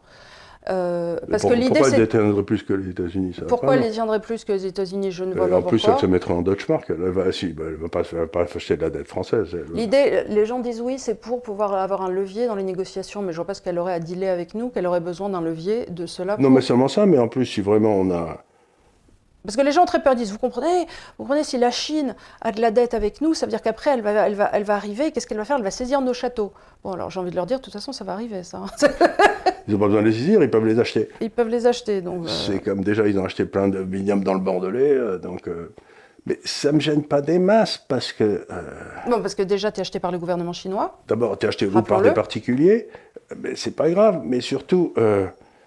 Euh, parce pour, que l'idée, pourquoi c'est... elle détiendrait plus que les États-Unis ça Pourquoi elle pas, détiendrait plus que les États-Unis? Je ne vois euh, pas en plus, pourquoi. elle se mettrait en Deutsche Mark. Elle va, si, bah, elle va pas, elle va pas acheter de la dette française. Elle. L'idée, les gens disent oui, c'est pour pouvoir avoir un levier dans les négociations, mais je ne vois pas ce qu'elle aurait à dealer avec nous, qu'elle aurait besoin d'un levier de cela. Non, pour... mais seulement ça, mais en plus, si vraiment on a... Parce que les gens ont très peur, disent, vous comprenez, vous comprenez, si la Chine a de la dette avec nous, ça veut dire qu'après, elle va, elle, va, elle va arriver, qu'est-ce qu'elle va faire? Elle va saisir nos châteaux. Bon, alors j'ai envie de leur dire, de toute façon, ça va arrier, ça. Ils n'ont pas besoin de les saisir, ils peuvent les acheter. Ils peuvent les acheter, donc... Euh... C'est comme, déjà, ils ont acheté plein de vignobles dans le Bordelais, euh, donc... Euh... Mais ça ne me gêne pas des masses, parce que... Euh... Non, parce que déjà, tu es acheté par le gouvernement chinois. D'abord, tu es acheté ou par des particuliers, mais c'est pas grave, mais surtout, euh,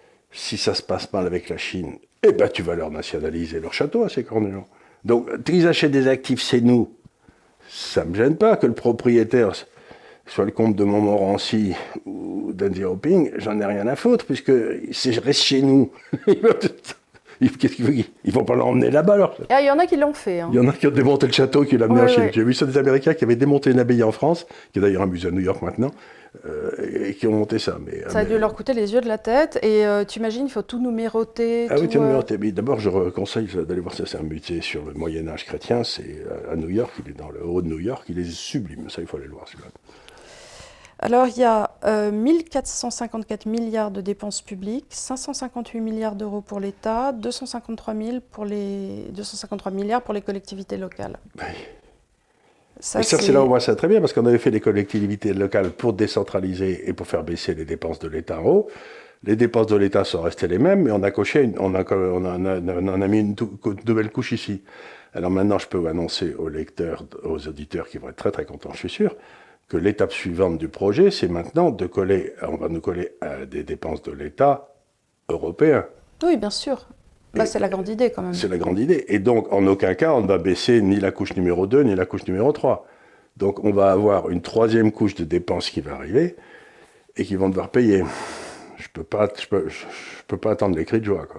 si ça se passe mal avec la Chine, eh ben, tu vas leur nationaliser leur château à ces cornillons. Donc, ils achètent des actifs, c'est nous. Ça ne me gêne pas que le propriétaire soit le compte de Montmorency ou d'An Xiaoping, j'en ai rien à foutre, puisque je reste chez nous. Qu'est-ce qu'ils veulent? Ils vont pas l'emmener là-bas, alors. Ah, il y en a qui l'ont fait. Hein. Il y en a qui ont démonté le château, qui l'ont amené ouais, en Chine. Ouais. J'ai vu ça des Américains qui avaient démonté une abbaye en France, qui est d'ailleurs un musée à New York maintenant, euh, et qui ont monté ça. Mais, ça a mais... dû leur coûter les yeux de la tête. Et euh, tu imagines, il faut tout numéroter. Ah tout, oui, tout euh... numéroter. Mais d'abord, je conseille d'aller voir ça. C'est un musée sur le Moyen-Âge chrétien. C'est à New York, il est dans le haut de New York. Il est sublime. Ça, il faut aller le voir, celui-là. Alors, il y a euh, mille quatre cent cinquante-quatre milliards de dépenses publiques, cinq cent cinquante-huit milliards d'euros pour l'État, deux cent cinquante-trois mille pour les... deux cent cinquante-trois milliards pour les collectivités locales. Oui. Ça, Et ça, c'est là où on voit ça très bien, parce qu'on avait fait les collectivités locales pour décentraliser et pour faire baisser les dépenses de l'État en haut. Les dépenses de l'État sont restées les mêmes, mais on a coché, une, on, a, on, a, on a mis une nouvelle couche ici. Alors maintenant, je peux vous annoncer aux lecteurs, aux auditeurs qui vont être très très contents, je suis sûr, que l'étape suivante du projet, c'est maintenant de coller, on va nous coller à des dépenses de l'État européen. Oui, bien sûr. Bah, c'est la grande idée quand même. C'est la grande idée. Et donc, en aucun cas, on ne va baisser ni la couche numéro deux, ni la couche numéro trois. Donc, on va avoir une troisième couche de dépenses qui va arriver et qui vont devoir payer. Je ne peux pas, je peux, je, je peux pas attendre les cris de joie, quoi.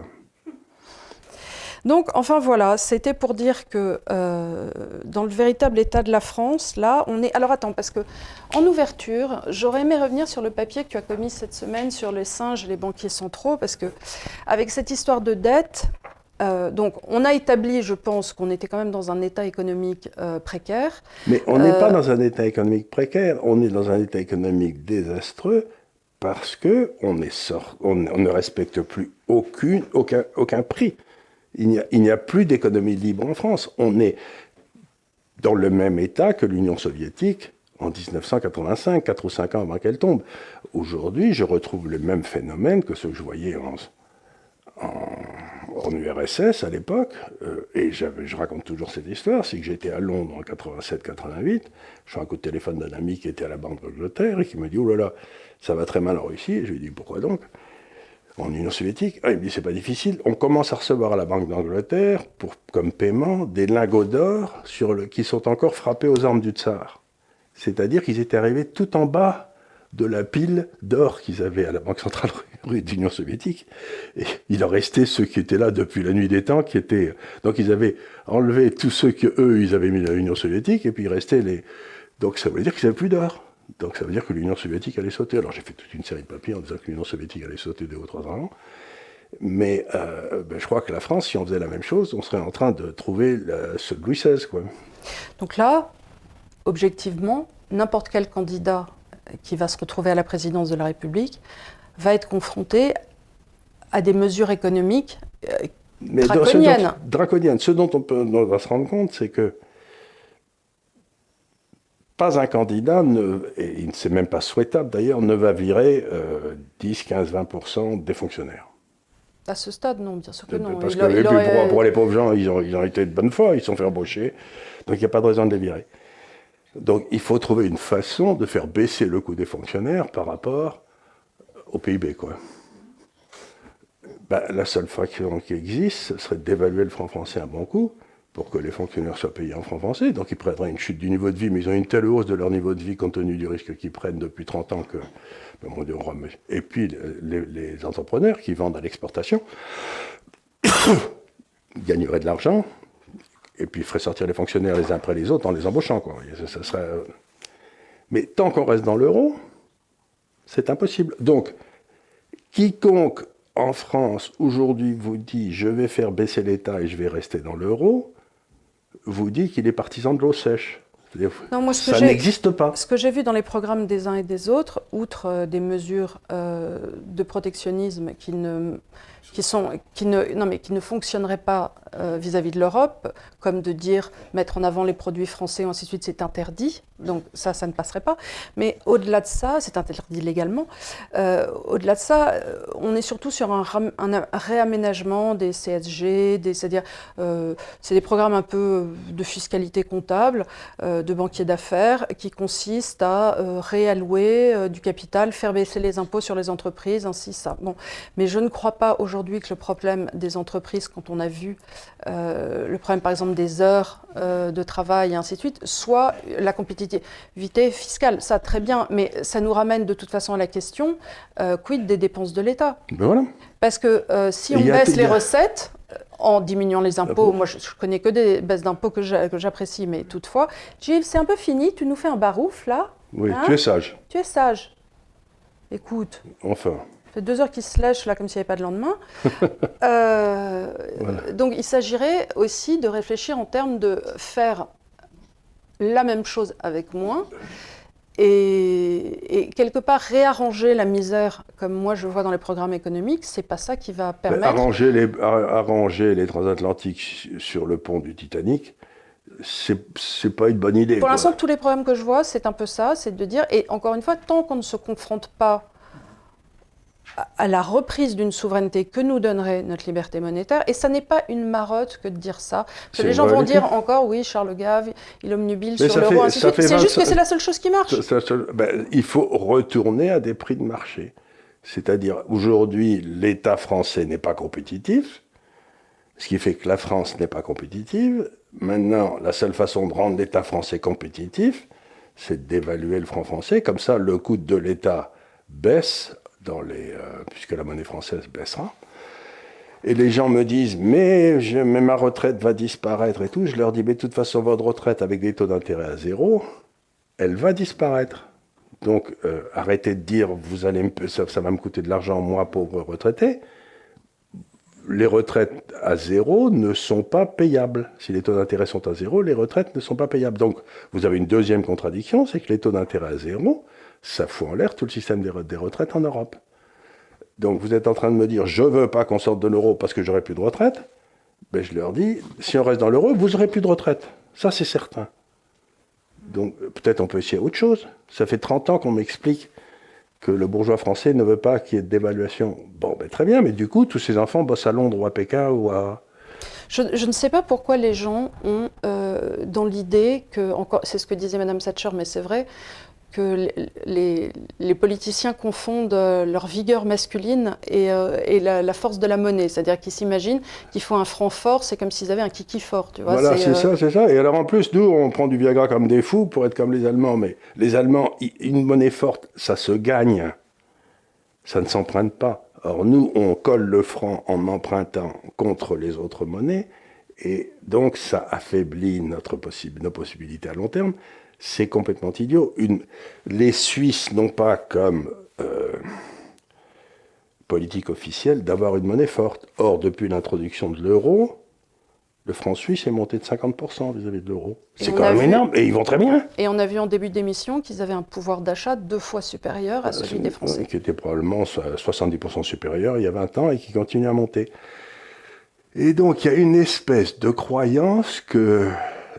Donc, enfin voilà, c'était pour dire que euh, dans le véritable état de la France, là, on est... Alors attends, parce que en ouverture, j'aurais aimé revenir sur le papier que tu as commis cette semaine sur les singes et les banquiers centraux, parce que avec cette histoire de dette, euh, donc on a établi, je pense, qu'on était quand même dans un état économique euh, précaire. Mais on n'est euh... pas dans un état économique précaire, on est dans un état économique désastreux parce qu'on est sort... on, on ne respecte plus aucune, aucun, aucun prix. Il n'y a, il n'y a plus d'économie libre en France. On est dans le même état que l'Union soviétique en dix-neuf cent quatre-vingt-cinq, quatre ou cinq ans avant qu'elle tombe. Aujourd'hui, je retrouve le même phénomène que ce que je voyais en, en, en U R S S à l'époque. Euh, et je raconte toujours cette histoire. C'est que j'étais à Londres en quatre-vingt-sept quatre-vingt-huit. Je suis un coup de téléphone d'un ami qui était à la Banque d'Angleterre et qui me dit « Oh là là, ça va très mal en Russie ». Et je lui dis « Pourquoi donc ?» En Union soviétique, ah, il me dit c'est pas difficile. On commence à recevoir à la Banque d'Angleterre, pour, comme paiement, des lingots d'or sur le, qui sont encore frappés aux armes du tsar. C'est-à-dire qu'ils étaient arrivés tout en bas de la pile d'or qu'ils avaient à la Banque centrale d'Union soviétique. Et il en restait ceux qui étaient là depuis la nuit des temps, qui étaient... Donc ils avaient enlevé tous ceux qu'eux, ils avaient mis dans l'Union soviétique, et puis il restait les... Donc ça voulait dire qu'ils n'avaient plus d'or. Donc ça veut dire que l'Union soviétique allait sauter. Alors j'ai fait toute une série de papiers en disant que l'Union soviétique allait sauter deux ou trois ans. Mais euh, ben, je crois que la France, si on faisait la même chose, on serait en train de trouver la, ceux de Louis seize, quoi. Donc là, objectivement, n'importe quel candidat qui va se retrouver à la présidence de la République va être confronté à des mesures économiques euh, Mais draconiennes. Ce dont, draconiennes. Ce dont on, peut, on va se rendre compte, c'est que pas un candidat, ne, et il ne c'est même pas souhaitable d'ailleurs, ne va virer euh, dix, quinze, vingt pour cent des fonctionnaires. À ce stade, non, bien sûr que non. Parce il que a, il aurait... pour, pour les pauvres gens, ils ont, ils ont été de bonne foi, ils se sont fait embaucher, donc il n'y a pas de raison de les virer. Donc il faut trouver une façon de faire baisser le coût des fonctionnaires par rapport au P I B, quoi. Ben, la seule façon qui existe, ce serait d'évaluer le franc français à bon coup, pour que les fonctionnaires soient payés en francs français. Donc ils prendraient une chute du niveau de vie, mais ils ont une telle hausse de leur niveau de vie compte tenu du risque qu'ils prennent depuis trente ans que... Ben, mon Dieu, et puis les, les entrepreneurs qui vendent à l'exportation gagneraient de l'argent et puis feraient sortir les fonctionnaires les uns après les autres en les embauchant, quoi. Ça, ça serait... Mais tant qu'on reste dans l'euro, c'est impossible. Donc, quiconque en France aujourd'hui vous dit « je vais faire baisser l'État et je vais rester dans l'euro », vous dit qu'il est partisan de l'eau sèche. Non, moi, ce ça n'existe pas. Ce que j'ai vu dans les programmes des uns et des autres, outre euh, des mesures euh, de protectionnisme qui ne, qui sont, qui ne, non, mais qui ne fonctionneraient pas euh, vis-à-vis de l'Europe, comme de dire mettre en avant les produits français, ainsi de suite, c'est interdit. Donc ça, ça ne passerait pas. Mais au-delà de ça, c'est interdit légalement. Euh, au-delà de ça, on est surtout sur un, ram, un réaménagement des C S G, des, c'est-à-dire euh, c'est des programmes un peu de fiscalité comptable, euh, de banquiers d'affaires, qui consistent à euh, réallouer euh, du capital, faire baisser les impôts sur les entreprises, ainsi ça. Bon, mais je ne crois pas aujourd'hui aujourd'hui que le problème des entreprises, quand on a vu euh, le problème par exemple des heures euh, de travail et ainsi de suite, soit la compétitivité fiscale, ça très bien, mais ça nous ramène de toute façon à la question, euh, quid des dépenses de l'État ? Ben voilà. Parce que euh, si on baisse les recettes, en diminuant les impôts, moi je, je connais que des baisses d'impôts que j'apprécie, mais toutefois, Gilles, c'est un peu fini, tu nous fais un barouf là. Oui, hein tu es sage. Tu es sage. Écoute. Enfin. Ça fait deux heures qu'il se lèche là comme s'il n'y avait pas de lendemain. euh, voilà. Donc il s'agirait aussi de réfléchir en termes de faire la même chose avec moins. Et, et quelque part, réarranger la misère, comme moi je vois dans les programmes économiques, c'est pas ça qui va permettre... Arranger les, arranger les transatlantiques sur le pont du Titanic, c'est, c'est pas une bonne idée. Pour l'instant, tous les programmes que je vois, c'est un peu ça, c'est de dire... Et encore une fois, tant qu'on ne se confronte pas à la reprise d'une souveraineté que nous donnerait notre liberté monétaire, et ça n'est pas une marotte que de dire ça. Parce que les gens vont dire encore, oui, Charles Gave, il omnubile sur l'euro, ainsi de suite. C'est juste que c'est la seule chose qui marche. Ça, ça, ben, il faut retourner à des prix de marché. C'est-à-dire, aujourd'hui, l'État français n'est pas compétitif, ce qui fait que la France n'est pas compétitive. Maintenant, la seule façon de rendre l'État français compétitif, c'est de dévaluer le franc français. Comme ça, le coût de l'État baisse, dans les, euh, puisque la monnaie française baissera. Et les gens me disent, mais, je, mais ma retraite va disparaître et tout. Je leur dis, mais de toute façon, votre retraite avec des taux d'intérêt à zéro, elle va disparaître. Donc, euh, arrêtez de dire, vous allez me, ça, ça va me coûter de l'argent, moi, pauvre retraité. Les retraites à zéro ne sont pas payables. Si les taux d'intérêt sont à zéro, les retraites ne sont pas payables. Donc, vous avez une deuxième contradiction, c'est que les taux d'intérêt à zéro, ça fout en l'air tout le système des, des retraites en Europe. Donc vous êtes en train de me dire, je ne veux pas qu'on sorte de l'euro parce que j'aurai plus de retraite. Ben, je leur dis, si on reste dans l'euro, vous n'aurez plus de retraite. Ça, c'est certain. Donc peut-être on peut essayer autre chose. Ça fait trente ans qu'on m'explique que le bourgeois français ne veut pas qu'il y ait de dévaluation. Bon, ben, très bien, mais du coup, tous ces enfants bossent à Londres ou à Pékin ou à... Je, je ne sais pas pourquoi les gens ont euh, dans l'idée que, encore, c'est ce que disait Madame Thatcher, mais c'est vrai, que les, les, les politiciens confondent leur vigueur masculine et, euh, et la, la force de la monnaie. C'est-à-dire qu'ils s'imaginent qu'il faut un franc fort, c'est comme s'ils avaient un kiki fort. Tu vois, voilà, c'est, c'est euh... ça, c'est ça. Et alors en plus, nous, on prend du Viagra comme des fous pour être comme les Allemands. Mais les Allemands, une monnaie forte, ça se gagne. Ça ne s'emprunte pas. Or nous, on colle le franc en empruntant contre les autres monnaies. Et donc, ça affaiblit notre possi- nos possibilités à long terme. C'est complètement idiot. Une, les Suisses n'ont pas comme euh, politique officielle d'avoir une monnaie forte. Or, depuis l'introduction de l'euro, le franc suisse est monté de cinquante pour cent vis-à-vis de l'euro. C'est quand même vu, énorme, et ils vont très bien. Et on a vu en début d'émission qu'ils avaient un pouvoir d'achat deux fois supérieur à celui euh, des Français. Qui était probablement soixante-dix pour cent supérieur il y a vingt ans et qui continue à monter. Et donc, il y a une espèce de croyance que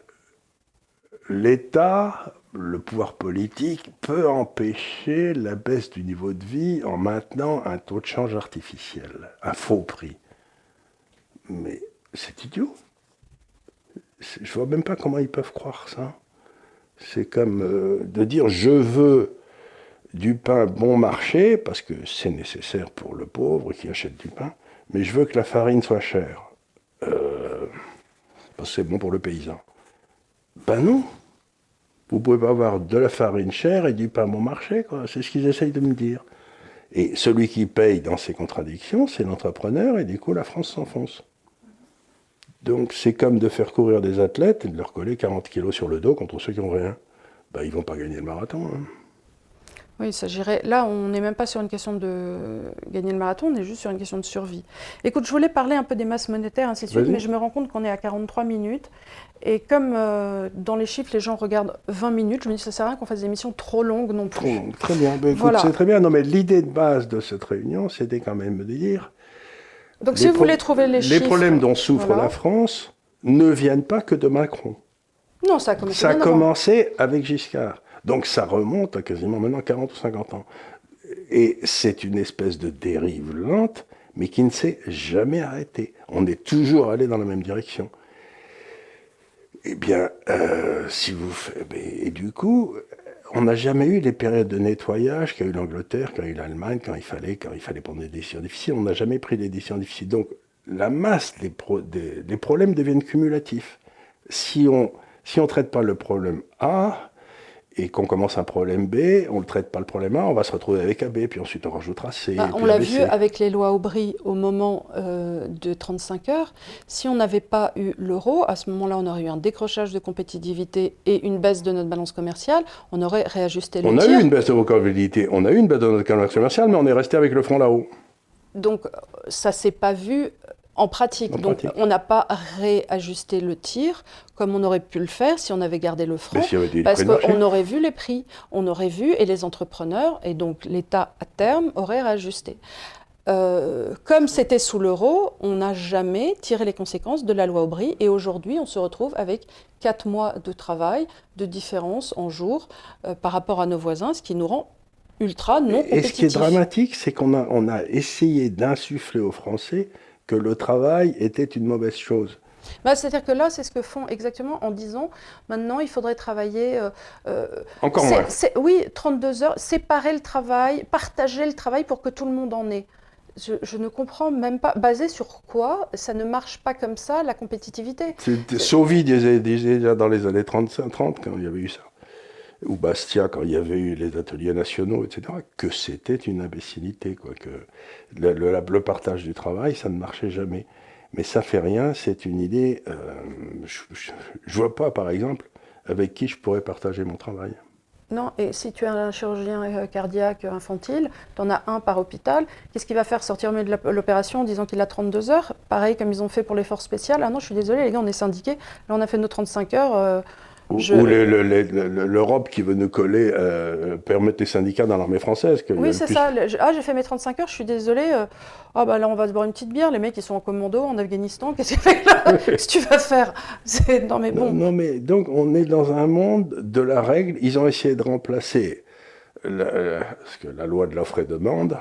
l'État, le pouvoir politique, peut empêcher la baisse du niveau de vie en maintenant un taux de change artificiel, un faux prix. Mais c'est idiot. Je ne vois même pas comment ils peuvent croire ça. C'est comme euh, de dire « je veux du pain bon marché » parce que c'est nécessaire pour le pauvre qui achète du pain, mais je veux que la farine soit chère. Euh, parce que c'est bon pour le paysan. Ben non. Vous pouvez pas avoir de la farine chère et du pain bon marché, quoi. C'est ce qu'ils essayent de me dire. Et celui qui paye dans ces contradictions, c'est l'entrepreneur, et du coup, la France s'enfonce. Donc, c'est comme de faire courir des athlètes et de leur coller quarante kilos sur le dos contre ceux qui n'ont rien. Ben, ils vont pas gagner le marathon. Hein. Oui, il s'agirait... Là, on n'est même pas sur une question de gagner le marathon, on est juste sur une question de survie. Écoute, je voulais parler un peu des masses monétaires, ainsi de suite, mais je me rends compte qu'on est à quarante-trois minutes. Et comme euh, dans les chiffres, les gens regardent vingt minutes, je me dis que ça ne sert à rien qu'on fasse des émissions trop longues non plus. Trop longues, très bien. Ben, écoute, voilà. C'est très bien. Non, mais l'idée de base de cette réunion, c'était quand même de dire... Donc, si vous pro- voulez trouver les, les chiffres... Les problèmes dont souffre voilà. la France ne viennent pas que de Macron. Non, ça a commencé Ça a commencé avec Giscard. Donc ça remonte à quasiment maintenant quarante ou cinquante ans. Et c'est une espèce de dérive lente, mais qui ne s'est jamais arrêtée. On est toujours allé dans la même direction. Eh bien, euh, si vous... Et du coup, on n'a jamais eu les périodes de nettoyage qu'a eu l'Angleterre, qu'a eu l'Allemagne, quand il fallait, quand il fallait prendre des décisions difficiles. On n'a jamais pris des décisions difficiles. Donc, la masse des, pro, des, des problèmes deviennent cumulatifs. Si on si on traite pas le problème A et qu'on commence un problème B, on ne traite pas le problème A, on va se retrouver avec A B, puis ensuite on rajoutera C. Bah, on l'a vu avec les lois Aubry au moment euh, de trente-cinq heures. Si on n'avait pas eu l'euro, à ce moment-là, on aurait eu un décrochage de compétitivité et une baisse de notre balance commerciale. On aurait réajusté le on tir. On a eu une baisse de compétitivité, on a eu une baisse de notre balance commerciale, mais on est resté avec le front là-haut. Donc ça ne s'est pas vu en pratique. En Donc pratique. on n'a pas réajusté le tir comme on aurait pu le faire si on avait gardé le franc, si parce qu'on aurait vu les prix, on aurait vu, et les entrepreneurs, et donc l'État à terme aurait réajusté. Euh, comme c'était sous l'euro, on n'a jamais tiré les conséquences de la loi Aubry, et aujourd'hui on se retrouve avec quatre mois de travail, de différence en jours euh, par rapport à nos voisins, ce qui nous rend ultra non compétitifs. Et ce qui est dramatique, c'est qu'on a, on a essayé d'insuffler aux Français que le travail était une mauvaise chose. Bah, c'est-à-dire que là, c'est ce que font exactement en disant, maintenant, il faudrait travailler... Euh, euh, Encore moins. Oui, trente-deux heures, séparer le travail, partager le travail pour que tout le monde en ait. Je, je ne comprends même pas. Basé sur quoi? Ça ne marche pas comme ça, la compétitivité. Sauvy disait déjà dans les années trente, trente, quand il y avait eu ça, ou Bastia, quand il y avait eu les ateliers nationaux, et cetera, que c'était une imbécilité, quoi, que le, le, le partage du travail, ça ne marchait jamais. Mais ça fait rien, c'est une idée. Euh, je ne vois pas, par exemple, avec qui je pourrais partager mon travail. Non, et si tu es un chirurgien cardiaque infantile, tu en as un par hôpital, qu'est-ce qu'il va faire? Sortir de l'opération en disant qu'il a trente-deux heures? Pareil comme ils ont fait pour les forces spéciales. Ah non, je suis désolée, les gars, on est syndiqués. Là, on a fait nos trente-cinq heures. Euh, Je... Ou l'Europe qui veut nous coller, euh, permettre les syndicats dans l'armée française. Que oui, c'est plus... ça. Ah, j'ai fait mes trente-cinq heures, je suis désolée. Euh, ah, bah là, on va se boire une petite bière. Les mecs, ils sont en commando en Afghanistan. Qu'est-ce que tu vas faire? Non, mais bon. Non, non, mais donc, on est dans un monde de la règle. Ils ont essayé de remplacer la, ce que la loi de l'offre et demande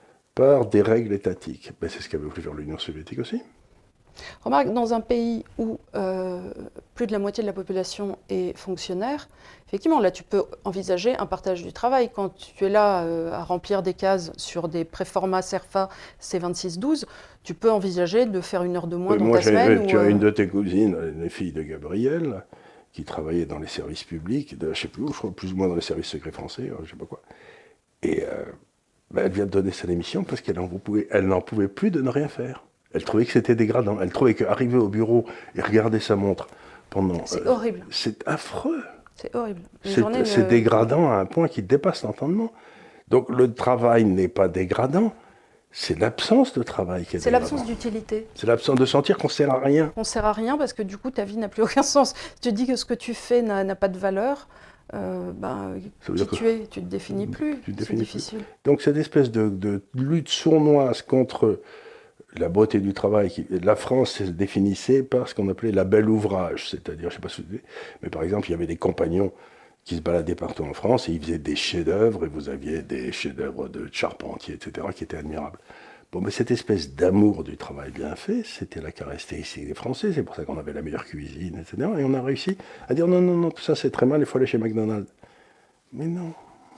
par des règles étatiques. Ben, c'est ce qu'avait voulu faire l'Union soviétique aussi. Remarque, dans un pays où euh, plus de la moitié de la population est fonctionnaire, effectivement, là, tu peux envisager un partage du travail. Quand tu es là euh, à remplir des cases sur des préformats CERFA C vingt-six douze, tu peux envisager de faire une heure de moins oui, dans moi, ta semaine. Tu ou, as euh... une de tes cousines, les filles de Gabriel, qui travaillait dans les services publics, de, je ne sais plus où, je crois plus ou moins dans les services secrets français, je ne sais pas quoi. Et euh, ben, elle vient de donner sa démission parce qu'elle n'en pouvait, elle n'en pouvait plus de ne rien faire. Elle trouvait que c'était dégradant. Elle trouvait qu'arriver au bureau et regarder sa montre pendant... C'est euh, horrible. C'est affreux. C'est horrible. C'est ne... dégradant à un point qui dépasse l'entendement. Donc le travail n'est pas dégradant, c'est l'absence de travail qui est C'est l'absence d'utilité. C'est l'absence de sentir qu'on ne sert à rien. On ne sert à rien parce que du coup, ta vie n'a plus aucun sens. Si tu dis que ce que tu fais n'a pas de valeur, euh, ben, qui tu es, tu ne te définis plus. C'est difficile. Plus. Donc cette espèce de, de lutte sournoise contre... la beauté du travail, qui, la France se définissait par ce qu'on appelait la belle ouvrage, c'est-à-dire, je ne sais pas si vous savez, mais par exemple, il y avait des compagnons qui se baladaient partout en France et ils faisaient des chefs-d'œuvre et vous aviez des chefs-d'œuvre de Charpentier, et cetera, qui étaient admirables. Bon, mais cette espèce d'amour du travail bien fait, c'était la caractéristique des Français, c'est pour ça qu'on avait la meilleure cuisine, et cetera. Et on a réussi à dire non, non, non, tout ça c'est très mal, il faut aller chez McDonald's. Mais non,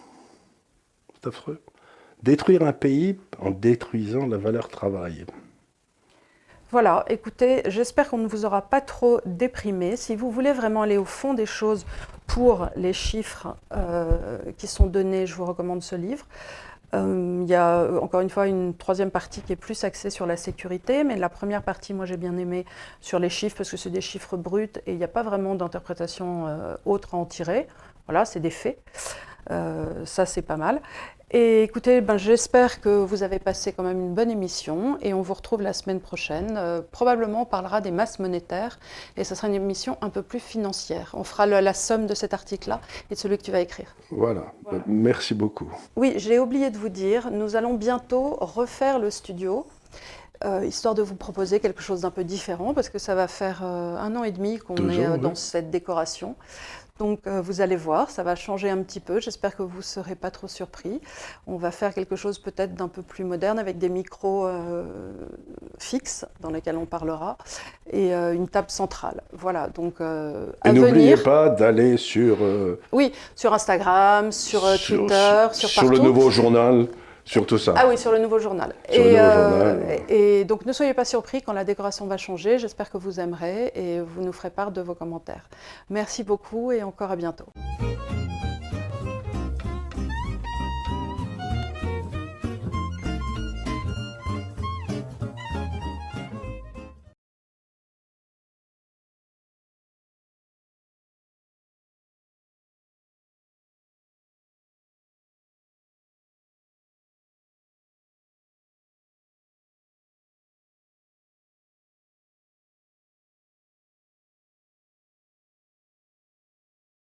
c'est affreux. Détruire un pays en détruisant la valeur travail. Voilà, écoutez, j'espère qu'on ne vous aura pas trop déprimé. Si vous voulez vraiment aller au fond des choses pour les chiffres euh, qui sont donnés, je vous recommande ce livre. Euh, il y a encore une fois une troisième partie qui est plus axée sur la sécurité, mais la première partie, moi j'ai bien aimé sur les chiffres parce que c'est des chiffres bruts et il n'y a pas vraiment d'interprétation euh, autre à en tirer. Voilà, c'est des faits. Euh, ça, c'est pas mal. Et écoutez, ben, j'espère que vous avez passé quand même une bonne émission et on vous retrouve la semaine prochaine. Euh, probablement, on parlera des masses monétaires et ce sera une émission un peu plus financière. On fera le, la somme de cet article-là et de celui que tu vas écrire. Voilà. voilà, merci beaucoup. Oui, j'ai oublié de vous dire, nous allons bientôt refaire le studio. Euh, histoire de vous proposer quelque chose d'un peu différent parce que ça va faire euh, un an et demi qu'on est euh, dans oui. cette décoration. Donc euh, vous allez voir, ça va changer un petit peu. J'espère que vous ne serez pas trop surpris. On va faire quelque chose peut-être d'un peu plus moderne avec des micros euh, fixes dans lesquels on parlera et euh, une table centrale. Voilà, donc euh, à Et n'oubliez venir. pas d'aller sur, euh, Oui, sur Instagram, sur, euh, sur, Twitter, sur, sur partout. le nouveau journal, sur tout ça. Ah oui, sur le nouveau journal. Sur et, le nouveau euh, journal. et donc ne soyez pas surpris quand la décoration va changer. J'espère que vous aimerez et vous nous ferez part de vos commentaires. Merci beaucoup et encore à bientôt.